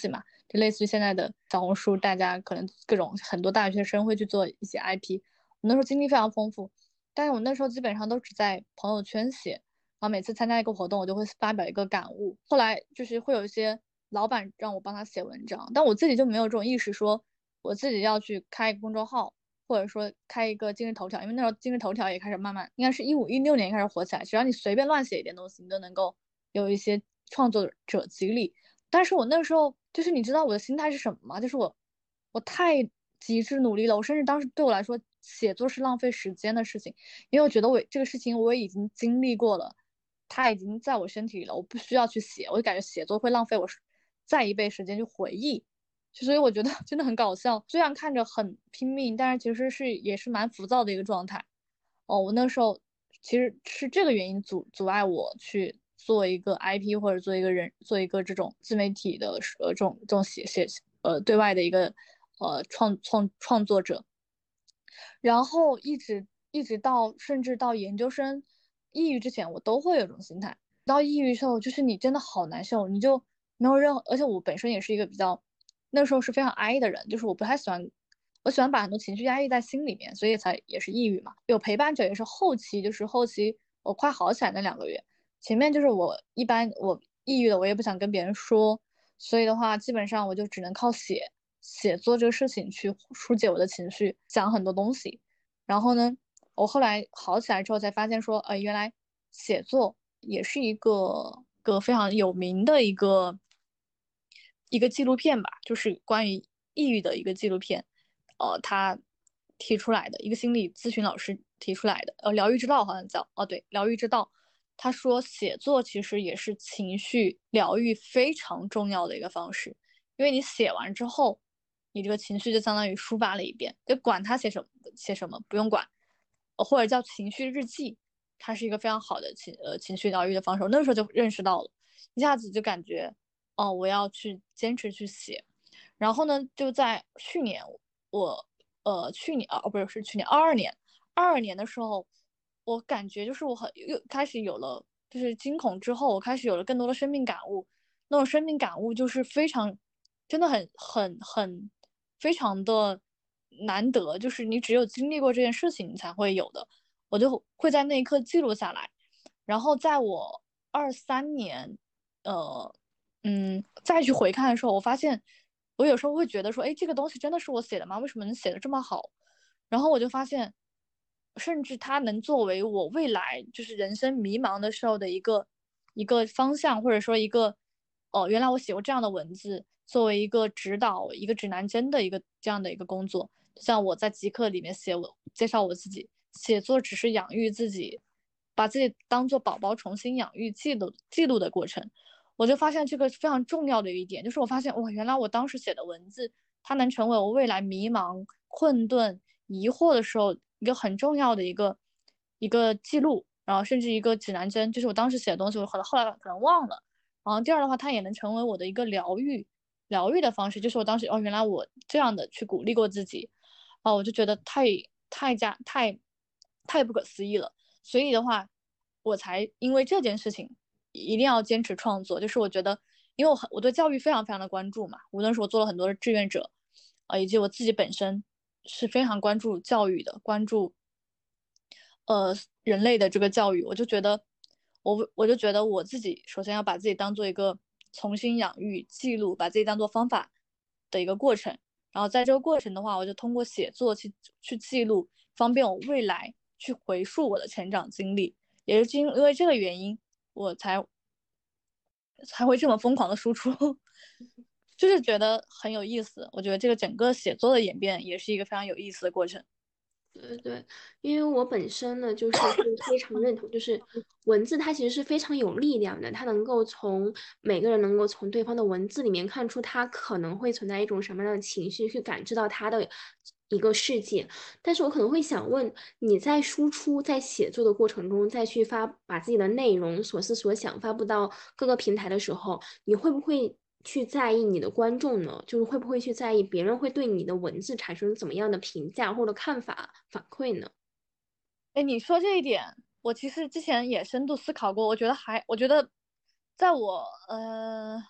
Speaker 1: 就类似于现在的小红书，大家可能各种很多大学生会去做一些 I P。我那时候经历非常丰富，但是我那时候基本上都只在朋友圈写，然后每次参加一个活动，我就会发表一个感悟。后来就是会有一些老板让我帮他写文章，但我自己就没有这种意识，说我自己要去开一个公众号，或者说开一个今日头条，因为那时候今日头条也开始慢慢，应该是一五一六年开始火起来，只要你随便乱写一点东西，你都能够有一些创作者激励。但是我那个时候就是你知道我的心态是什么吗？就是我我太极致努力了，我甚至当时对我来说写作是浪费时间的事情，因为我觉得我这个事情我已经经历过了，它已经在我身体里了，我不需要去写，我就感觉写作会浪费我再一倍时间去回忆。所以我觉得真的很搞笑，虽然看着很拼命，但是其实是也是蛮浮躁的一个状态。哦，我那时候其实是这个原因阻阻碍我去做一个 I P 或者做一个人做一个这种自媒体的呃这种这种写写呃对外的一个呃创创创作者。然后一直一直到甚至到研究生抑郁之前，我都会有这种心态。到抑郁之后，就是你真的好难受，你就没有任何，而且我本身也是一个比较那时候是非常 I 的人，就是我不太喜欢，我喜欢把很多情绪压抑在心里面，所以才也是抑郁嘛。有陪伴者也是后期，就是后期我快好起来那两个月，前面就是我一般我抑郁了，我也不想跟别人说，所以的话，基本上我就只能靠写写作这个事情去疏解我的情绪，讲很多东西。然后呢，我后来好起来之后才发现说，呃，原来写作也是一个个非常有名的一个一个纪录片吧，就是关于抑郁的一个纪录片，呃，他提出来的一个心理咨询老师提出来的，呃，疗愈之道好像叫，哦，对，疗愈之道。他说写作其实也是情绪疗愈非常重要的一个方式，因为你写完之后，你这个情绪就相当于抒发了一遍，就管他写什么写什么不用管，或者叫情绪日记，它是一个非常好的情呃情绪疗愈的方式。我那个时候就认识到了，一下子就感觉哦，我要去坚持去写。然后呢，就在去年，我呃去年哦不是是去年二二年，二二年的时候，我感觉就是我很又开始有了就是惊恐之后，我开始有了更多的生命感悟。那种生命感悟就是非常真的很很很非常的难得，就是你只有经历过这件事情，你才会有的。我就会在那一刻记录下来，然后在我二三年，呃，嗯，再去回看的时候，我发现我有时候会觉得说，哎，这个东西真的是我写的吗？为什么能写的这么好？然后我就发现，甚至它能作为我未来就是人生迷茫的时候的一个一个方向，或者说一个，哦，原来我写过这样的文字，作为一个指导、一个指南针的一个这样的一个工作。像我在极客里面写我介绍我自己，写作只是养育自己，把自己当做宝宝重新养育记录记录的过程。我就发现这个非常重要的一点，就是我发现哇，原来我当时写的文字，它能成为我未来迷茫、困顿、疑惑的时候一个很重要的一个一个记录，然后甚至一个指南针，就是我当时写的东西，我可能后来可能忘了。然后第二的话，它也能成为我的一个疗愈疗愈的方式，就是我当时哦，原来我这样的去鼓励过自己，哦，我就觉得太太加太太不可思议了。所以的话，我才因为这件事情一定要坚持创作。就是我觉得，因为我很我对教育非常非常的关注嘛，无论是我做了很多的志愿者，呃，以及我自己本身是非常关注教育的，关注呃人类的这个教育，我就觉得我我就觉得我自己首先要把自己当做一个重新养育、记录，把自己当做方法的一个过程。然后在这个过程的话，我就通过写作去去记录，方便我未来去回溯我的成长经历。也是因为这个原因，我才才会这么疯狂的输出，就是觉得很有意思。我觉得这个整个写作的演变也是一个非常有意思的过程。
Speaker 2: 对对，因为我本身呢，就是会非常认同，就是文字它其实是非常有力量的，它能够从每个人能够从对方的文字里面看出他可能会存在一种什么样的情绪，去感知到他的一个世界。但是我可能会想问，你在输出、在写作的过程中，再去发把自己的内容、所思所想发布到各个平台的时候，你会不会去在意你的观众呢？就是会不会去在意别人会对你的文字产生怎么样的评价或者看法反馈呢？
Speaker 1: 哎，你说这一点，我其实之前也深度思考过。我觉得还，我觉得，在我呃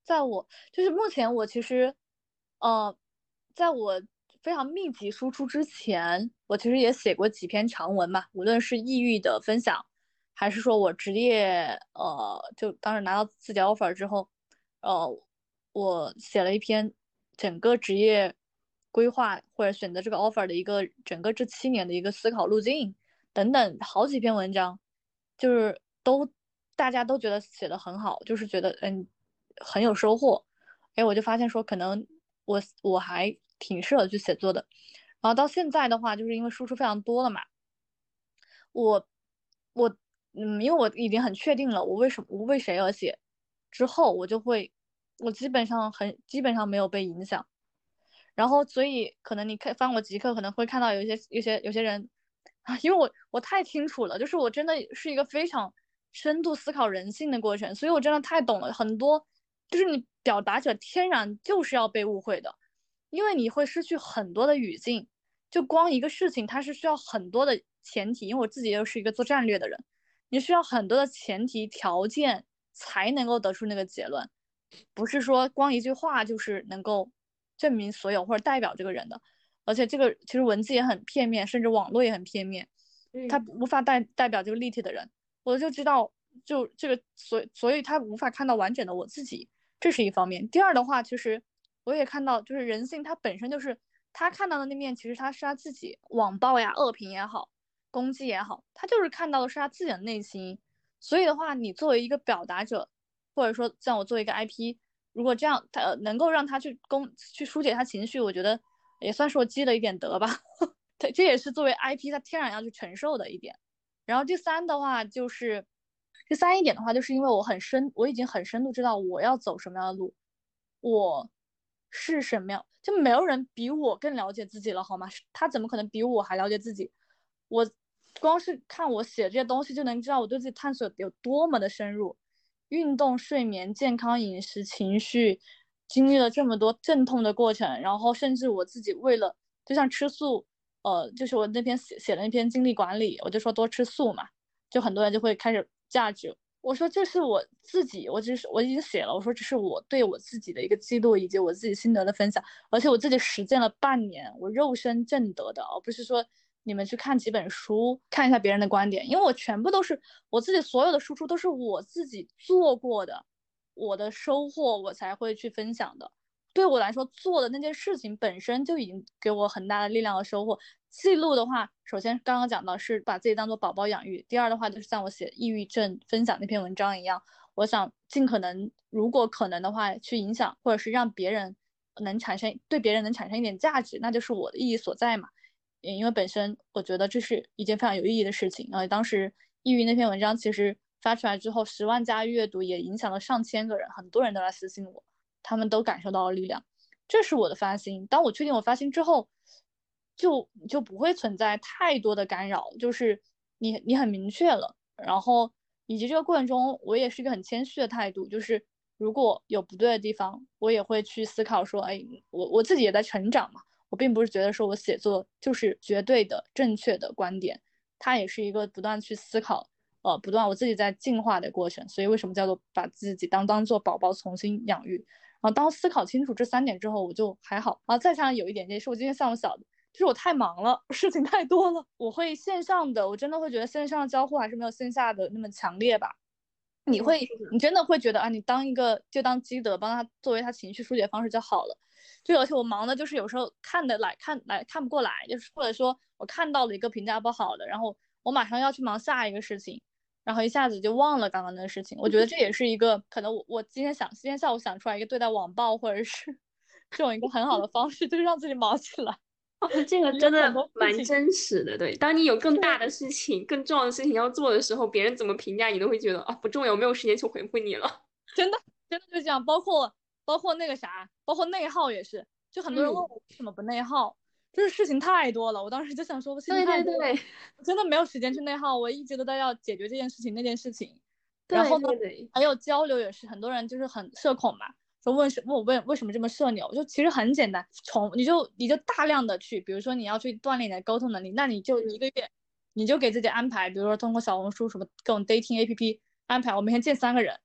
Speaker 1: 在我就是目前我其实，呃，在我非常密集输出之前，我其实也写过几篇长文嘛，无论是抑郁的分享，还是说我职业，呃，就当时拿到自己 offer 之后，呃，我写了一篇整个职业规划或者选择这个 offer 的一个整个这七年的一个思考路径等等好几篇文章，就是都大家都觉得写的很好，就是觉得嗯很有收获。哎，我就发现说可能我我还挺适合去写作的。然后到现在的话，就是因为输出非常多了嘛，我我嗯，因为我已经很确定了我为什么我为谁而写，之后我就会我基本上很基本上没有被影响。然后所以可能你看翻我极客，可能会看到有一些有些有些人啊，因为我我太清楚了，就是我真的是一个非常深度思考人性的过程，所以我真的太懂了很多，就是你表达者天然就是要被误会的，因为你会失去很多的语境，就光一个事情它是需要很多的前提，因为我自己又是一个做战略的人，你需要很多的前提条件才能够得出那个结论，不是说光一句话就是能够证明所有或者代表这个人的。而且这个其实文字也很片面，甚至网络也很片面，它
Speaker 2: 嗯
Speaker 1: 无法代代表这个立体的人。我就知道，就这个，所所以他无法看到完整的我自己，这是一方面。第二的话，其实我也看到，就是人性它本身就是他看到的那面，其实他是他自己网暴呀、恶评也好、攻击也好，他就是看到的是他自己的内心。所以的话，你作为一个表达者，或者说像我作为一个 I P，如果这样，他能够让他去攻去疏解他情绪，我觉得也算是我积了一点德吧。对，这也是作为 I P 他天然要去承受的一点。然后第三的话就是第三一点的话，就是因为我很深，我已经很深度知道我要走什么样的路，我是什么样，就没有人比我更了解自己了，好吗？他怎么可能比我还了解自己？我光是看我写这些东西就能知道我对自己探索有多么的深入。运动、睡眠、健康饮食、情绪，经历了这么多阵痛的过程，然后甚至我自己为了，就像吃素，呃，就是我那篇写写的那篇精力管理，我就说多吃素嘛，就很多人就会开始价值。我说这是我自己，我只是我已经写了，我说这是我对我自己的一个记录以及我自己心得的分享，而且我自己实践了半年，我肉身正得的，而不是说你们去看几本书，看一下别人的观点，因为我全部都是我自己所有的输出都是我自己做过的，我的收获我才会去分享的。对我来说，做的那件事情本身就已经给我很大的力量和收获。记录的话，首先刚刚讲到是把自己当做宝宝养育，第二的话就是像我写抑郁症分享那篇文章一样，我想尽可能，如果可能的话，去影响或者是让别人能产生对别人能产生一点价值，那就是我的意义所在嘛。因为本身我觉得这是一件非常有意义的事情。然后当时抑郁那篇文章其实发出来之后，十万加阅读，也影响了上千个人，很多人都来私信我，他们都感受到了力量。这是我的发心。当我确定我发心之后，就就不会存在太多的干扰，就是你你很明确了，然后以及这个过程中，我也是一个很谦虚的态度，就是如果有不对的地方，我也会去思考说，哎，我我自己也在成长嘛，我并不是觉得说我写作就是绝对的正确的观点，它也是一个不断去思考，呃，不断我自己在进化的过程。所以为什么叫做把自己当当做宝宝重新养育？然后当思考清楚这三点之后，我就还好。然后再加上有一点点是我今天项目小的，就是我太忙了，事情太多了，我会线上的，我真的会觉得线上的交互还是没有线下的那么强烈吧。你
Speaker 2: 嗯，
Speaker 1: 会，你真的会觉得啊，你当一个就当积德，帮他作为他情绪疏解方式就好了。就而且我忙的就是有时候看的来看来看不过来，就是或者说我看到了一个评价不好的，然后我马上要去忙下一个事情，然后一下子就忘了刚刚那个事情。我觉得这也是一个可能我我今天想今天下午想出来一个对待网暴或者是这种一个很好的方式，就是让自己忙起来。
Speaker 2: 哦，这个真
Speaker 1: 有很多事
Speaker 2: 的蛮
Speaker 1: 情，
Speaker 2: 真实的。对，当你有更大
Speaker 1: 对，
Speaker 2: 的事情、更重要的事情要做的时候，别人怎么评价你都会觉得啊不重要，我没有时间去回复你了。
Speaker 1: 真的真的就这样。包括包括那个啥，包括内耗也是，就很多人问
Speaker 2: 嗯，
Speaker 1: 我为什么不内耗，就是事情太多了。我当时就想说，我事情
Speaker 2: 对
Speaker 1: 太多了，
Speaker 2: 对对
Speaker 1: 我真的没有时间去内耗，我一直都在要解决这件事情那件事情。然
Speaker 2: 对
Speaker 1: 后呢，
Speaker 2: 对对，
Speaker 1: 还有交流也是，很多人就是很社恐嘛，说问什问我为为什么这么社牛，就其实很简单，从你就你就大量的去，比如说你要去锻炼你的沟通能力，那你就一
Speaker 2: 嗯
Speaker 1: 个月，你就给自己安排，比如说通过小红书什么各种 dating A P P 安排，我每天见三个人，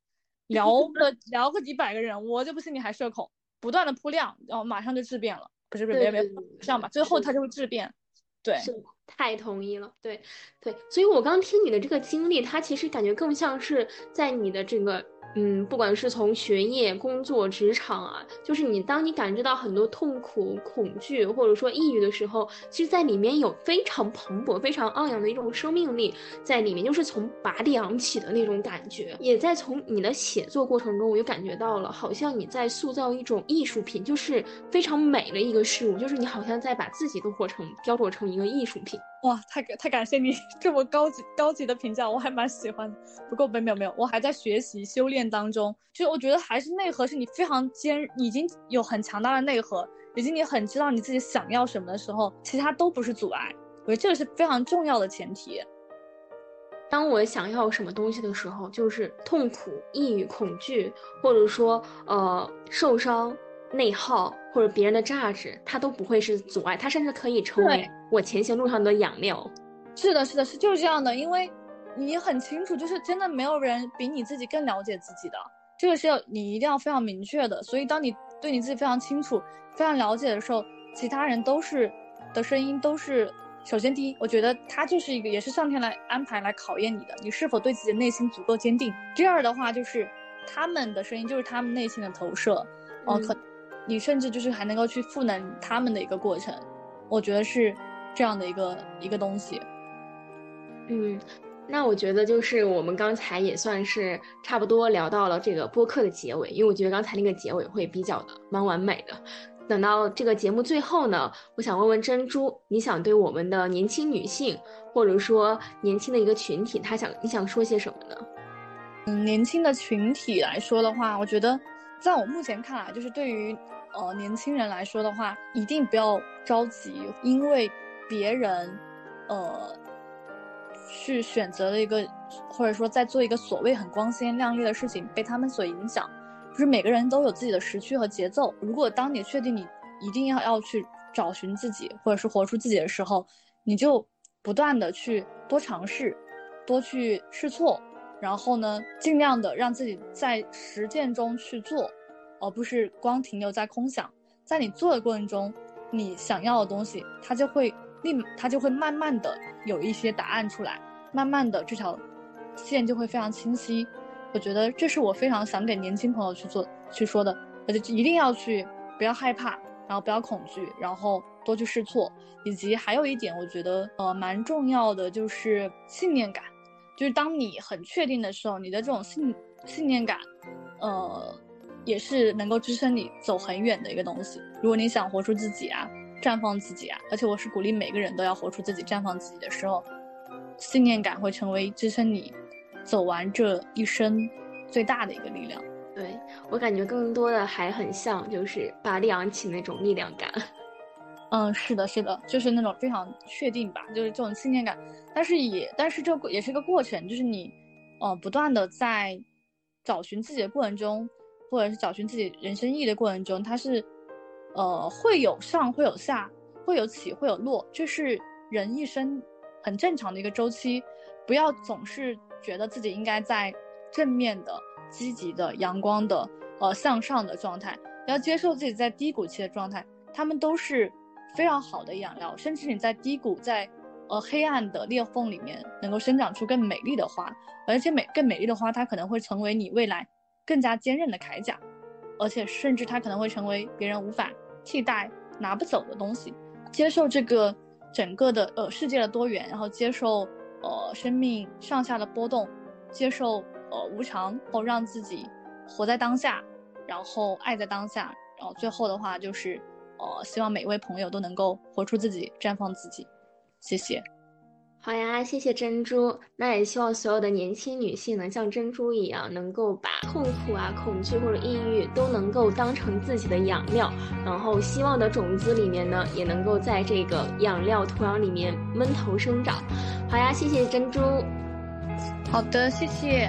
Speaker 1: 聊个聊个几百个人，我就不信你还社恐，不断的铺量，然后马上就质变了，不是不是别别这样吧，最后它就会质变。对，
Speaker 2: 是太同意了，对对，所以我刚听你的这个经历，它其实感觉更像是在你的这个，嗯，不管是从学业、工作、职场啊，就是你当你感知到很多痛苦、恐惧或者说抑郁的时候，其实在里面有非常蓬勃、非常昂扬的一种生命力在里面，就是从拔地昂起的那种感觉。也在从你的写作过程中，我就感觉到了，好像你在塑造一种艺术品，就是非常美的一个事物，就是你好像在把自己都活成、雕琢成一个艺术品。
Speaker 1: 哇，太太感谢你这么高级高级的评价，我还蛮喜欢的。不过没有没有，我还在学习修炼当中。就我觉得还是内核是你非常坚，已经有很强大的内核，以及你很知道你自己想要什么的时候，其他都不是阻碍。我觉得这个是非常重要的前提。
Speaker 2: 当我想要什么东西的时候，就是痛苦、抑郁、恐惧，或者说呃受伤、内耗或者别人的价值，它都不会是阻碍，它甚至可以成为我前行路上的养料。
Speaker 1: 是的，是的，是就是这样的，因为你很清楚，就是真的没有人比你自己更了解自己的，这个是要你一定要非常明确的。所以当你对你自己非常清楚、非常了解的时候，其他人都是的声音都是。首先第一，我觉得它就是一个也是上天来安排来考验你的，你是否对自己的内心足够坚定。第二的话就是他们的声音就是他们内心的投射，哦、嗯呃，可你甚至就是还能够去赋能他们的一个过程，我觉得是这样的一个一个东西。
Speaker 2: 嗯，那我觉得就是我们刚才也算是差不多聊到了这个播客的结尾，因为我觉得刚才那个结尾会比较的蛮完美的。等到这个节目最后呢，我想问问珍珠，你想对我们的年轻女性，或者说年轻的一个群体，她想你想说些什么呢？
Speaker 1: 嗯，年轻的群体来说的话，我觉得在我目前看来，就是对于呃年轻人来说的话，一定不要着急，因为别人呃去选择了一个，或者说在做一个所谓很光鲜亮丽的事情，被他们所影响。就是每个人都有自己的时区和节奏，如果当你确定你一定要要去找寻自己或者是活出自己的时候，你就不断的去多尝试，多去试错，然后呢尽量的让自己在实践中去做，而不是光停留在空想。在你做的过程中，你想要的东西它就会立它就会慢慢的有一些答案出来，慢慢的这条线就会非常清晰。我觉得这是我非常想给年轻朋友去做去说的，而且一定要去不要害怕，然后不要恐惧，然后多去试错。以及还有一点我觉得呃蛮重要的就是信念感，就是当你很确定的时候，你的这种信信念感呃也是能够支撑你走很远的一个东西。如果你想活出自己啊，绽放自己啊，而且我是鼓励每个人都要活出自己，绽放自己的时候，信念感会成为支撑你走完这一生最大的一个力量。
Speaker 2: 对，我感觉更多的还很像就是拔地昂起那种力量感。
Speaker 1: 嗯，是的，是的，就是那种非常确定吧，就是这种信念感。但是也，但是这也是个过程，就是你，呃，不断的在找寻自己的过程中，或者是找寻自己人生意义的过程中，它是，呃，会有上，会有下，会有起，会有落，这是人一生很正常的一个周期。不要总是觉得自己应该在正面的、积极的、阳光的、呃向上的状态，要接受自己在低谷期的状态，他们都是非常好的养料。甚至你在低谷，在呃黑暗的裂缝里面，能够生长出更美丽的花，而且美更美丽的花，它可能会成为你未来更加坚韧的铠甲，而且甚至它可能会成为别人无法替代、拿不走的东西。接受这个整个的呃世界的多元，然后接受。呃，生命上下的波动，接受呃无常，后让自己活在当下，然后爱在当下，然后最后的话就是呃，希望每一位朋友都能够活出自己，绽放自己。谢谢。
Speaker 2: 好呀，谢谢珍珠。那也希望所有的年轻女性能像珍珠一样，能够把痛苦啊、恐惧或者抑郁都能够当成自己的养料，然后希望的种子里面呢，也能够在这个养料土壤里面闷头生长。好呀，谢谢珍珠。
Speaker 1: 好的，谢谢。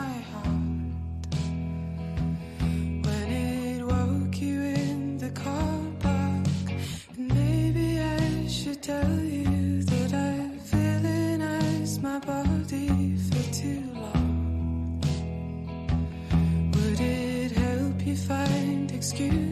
Speaker 3: Call excuse.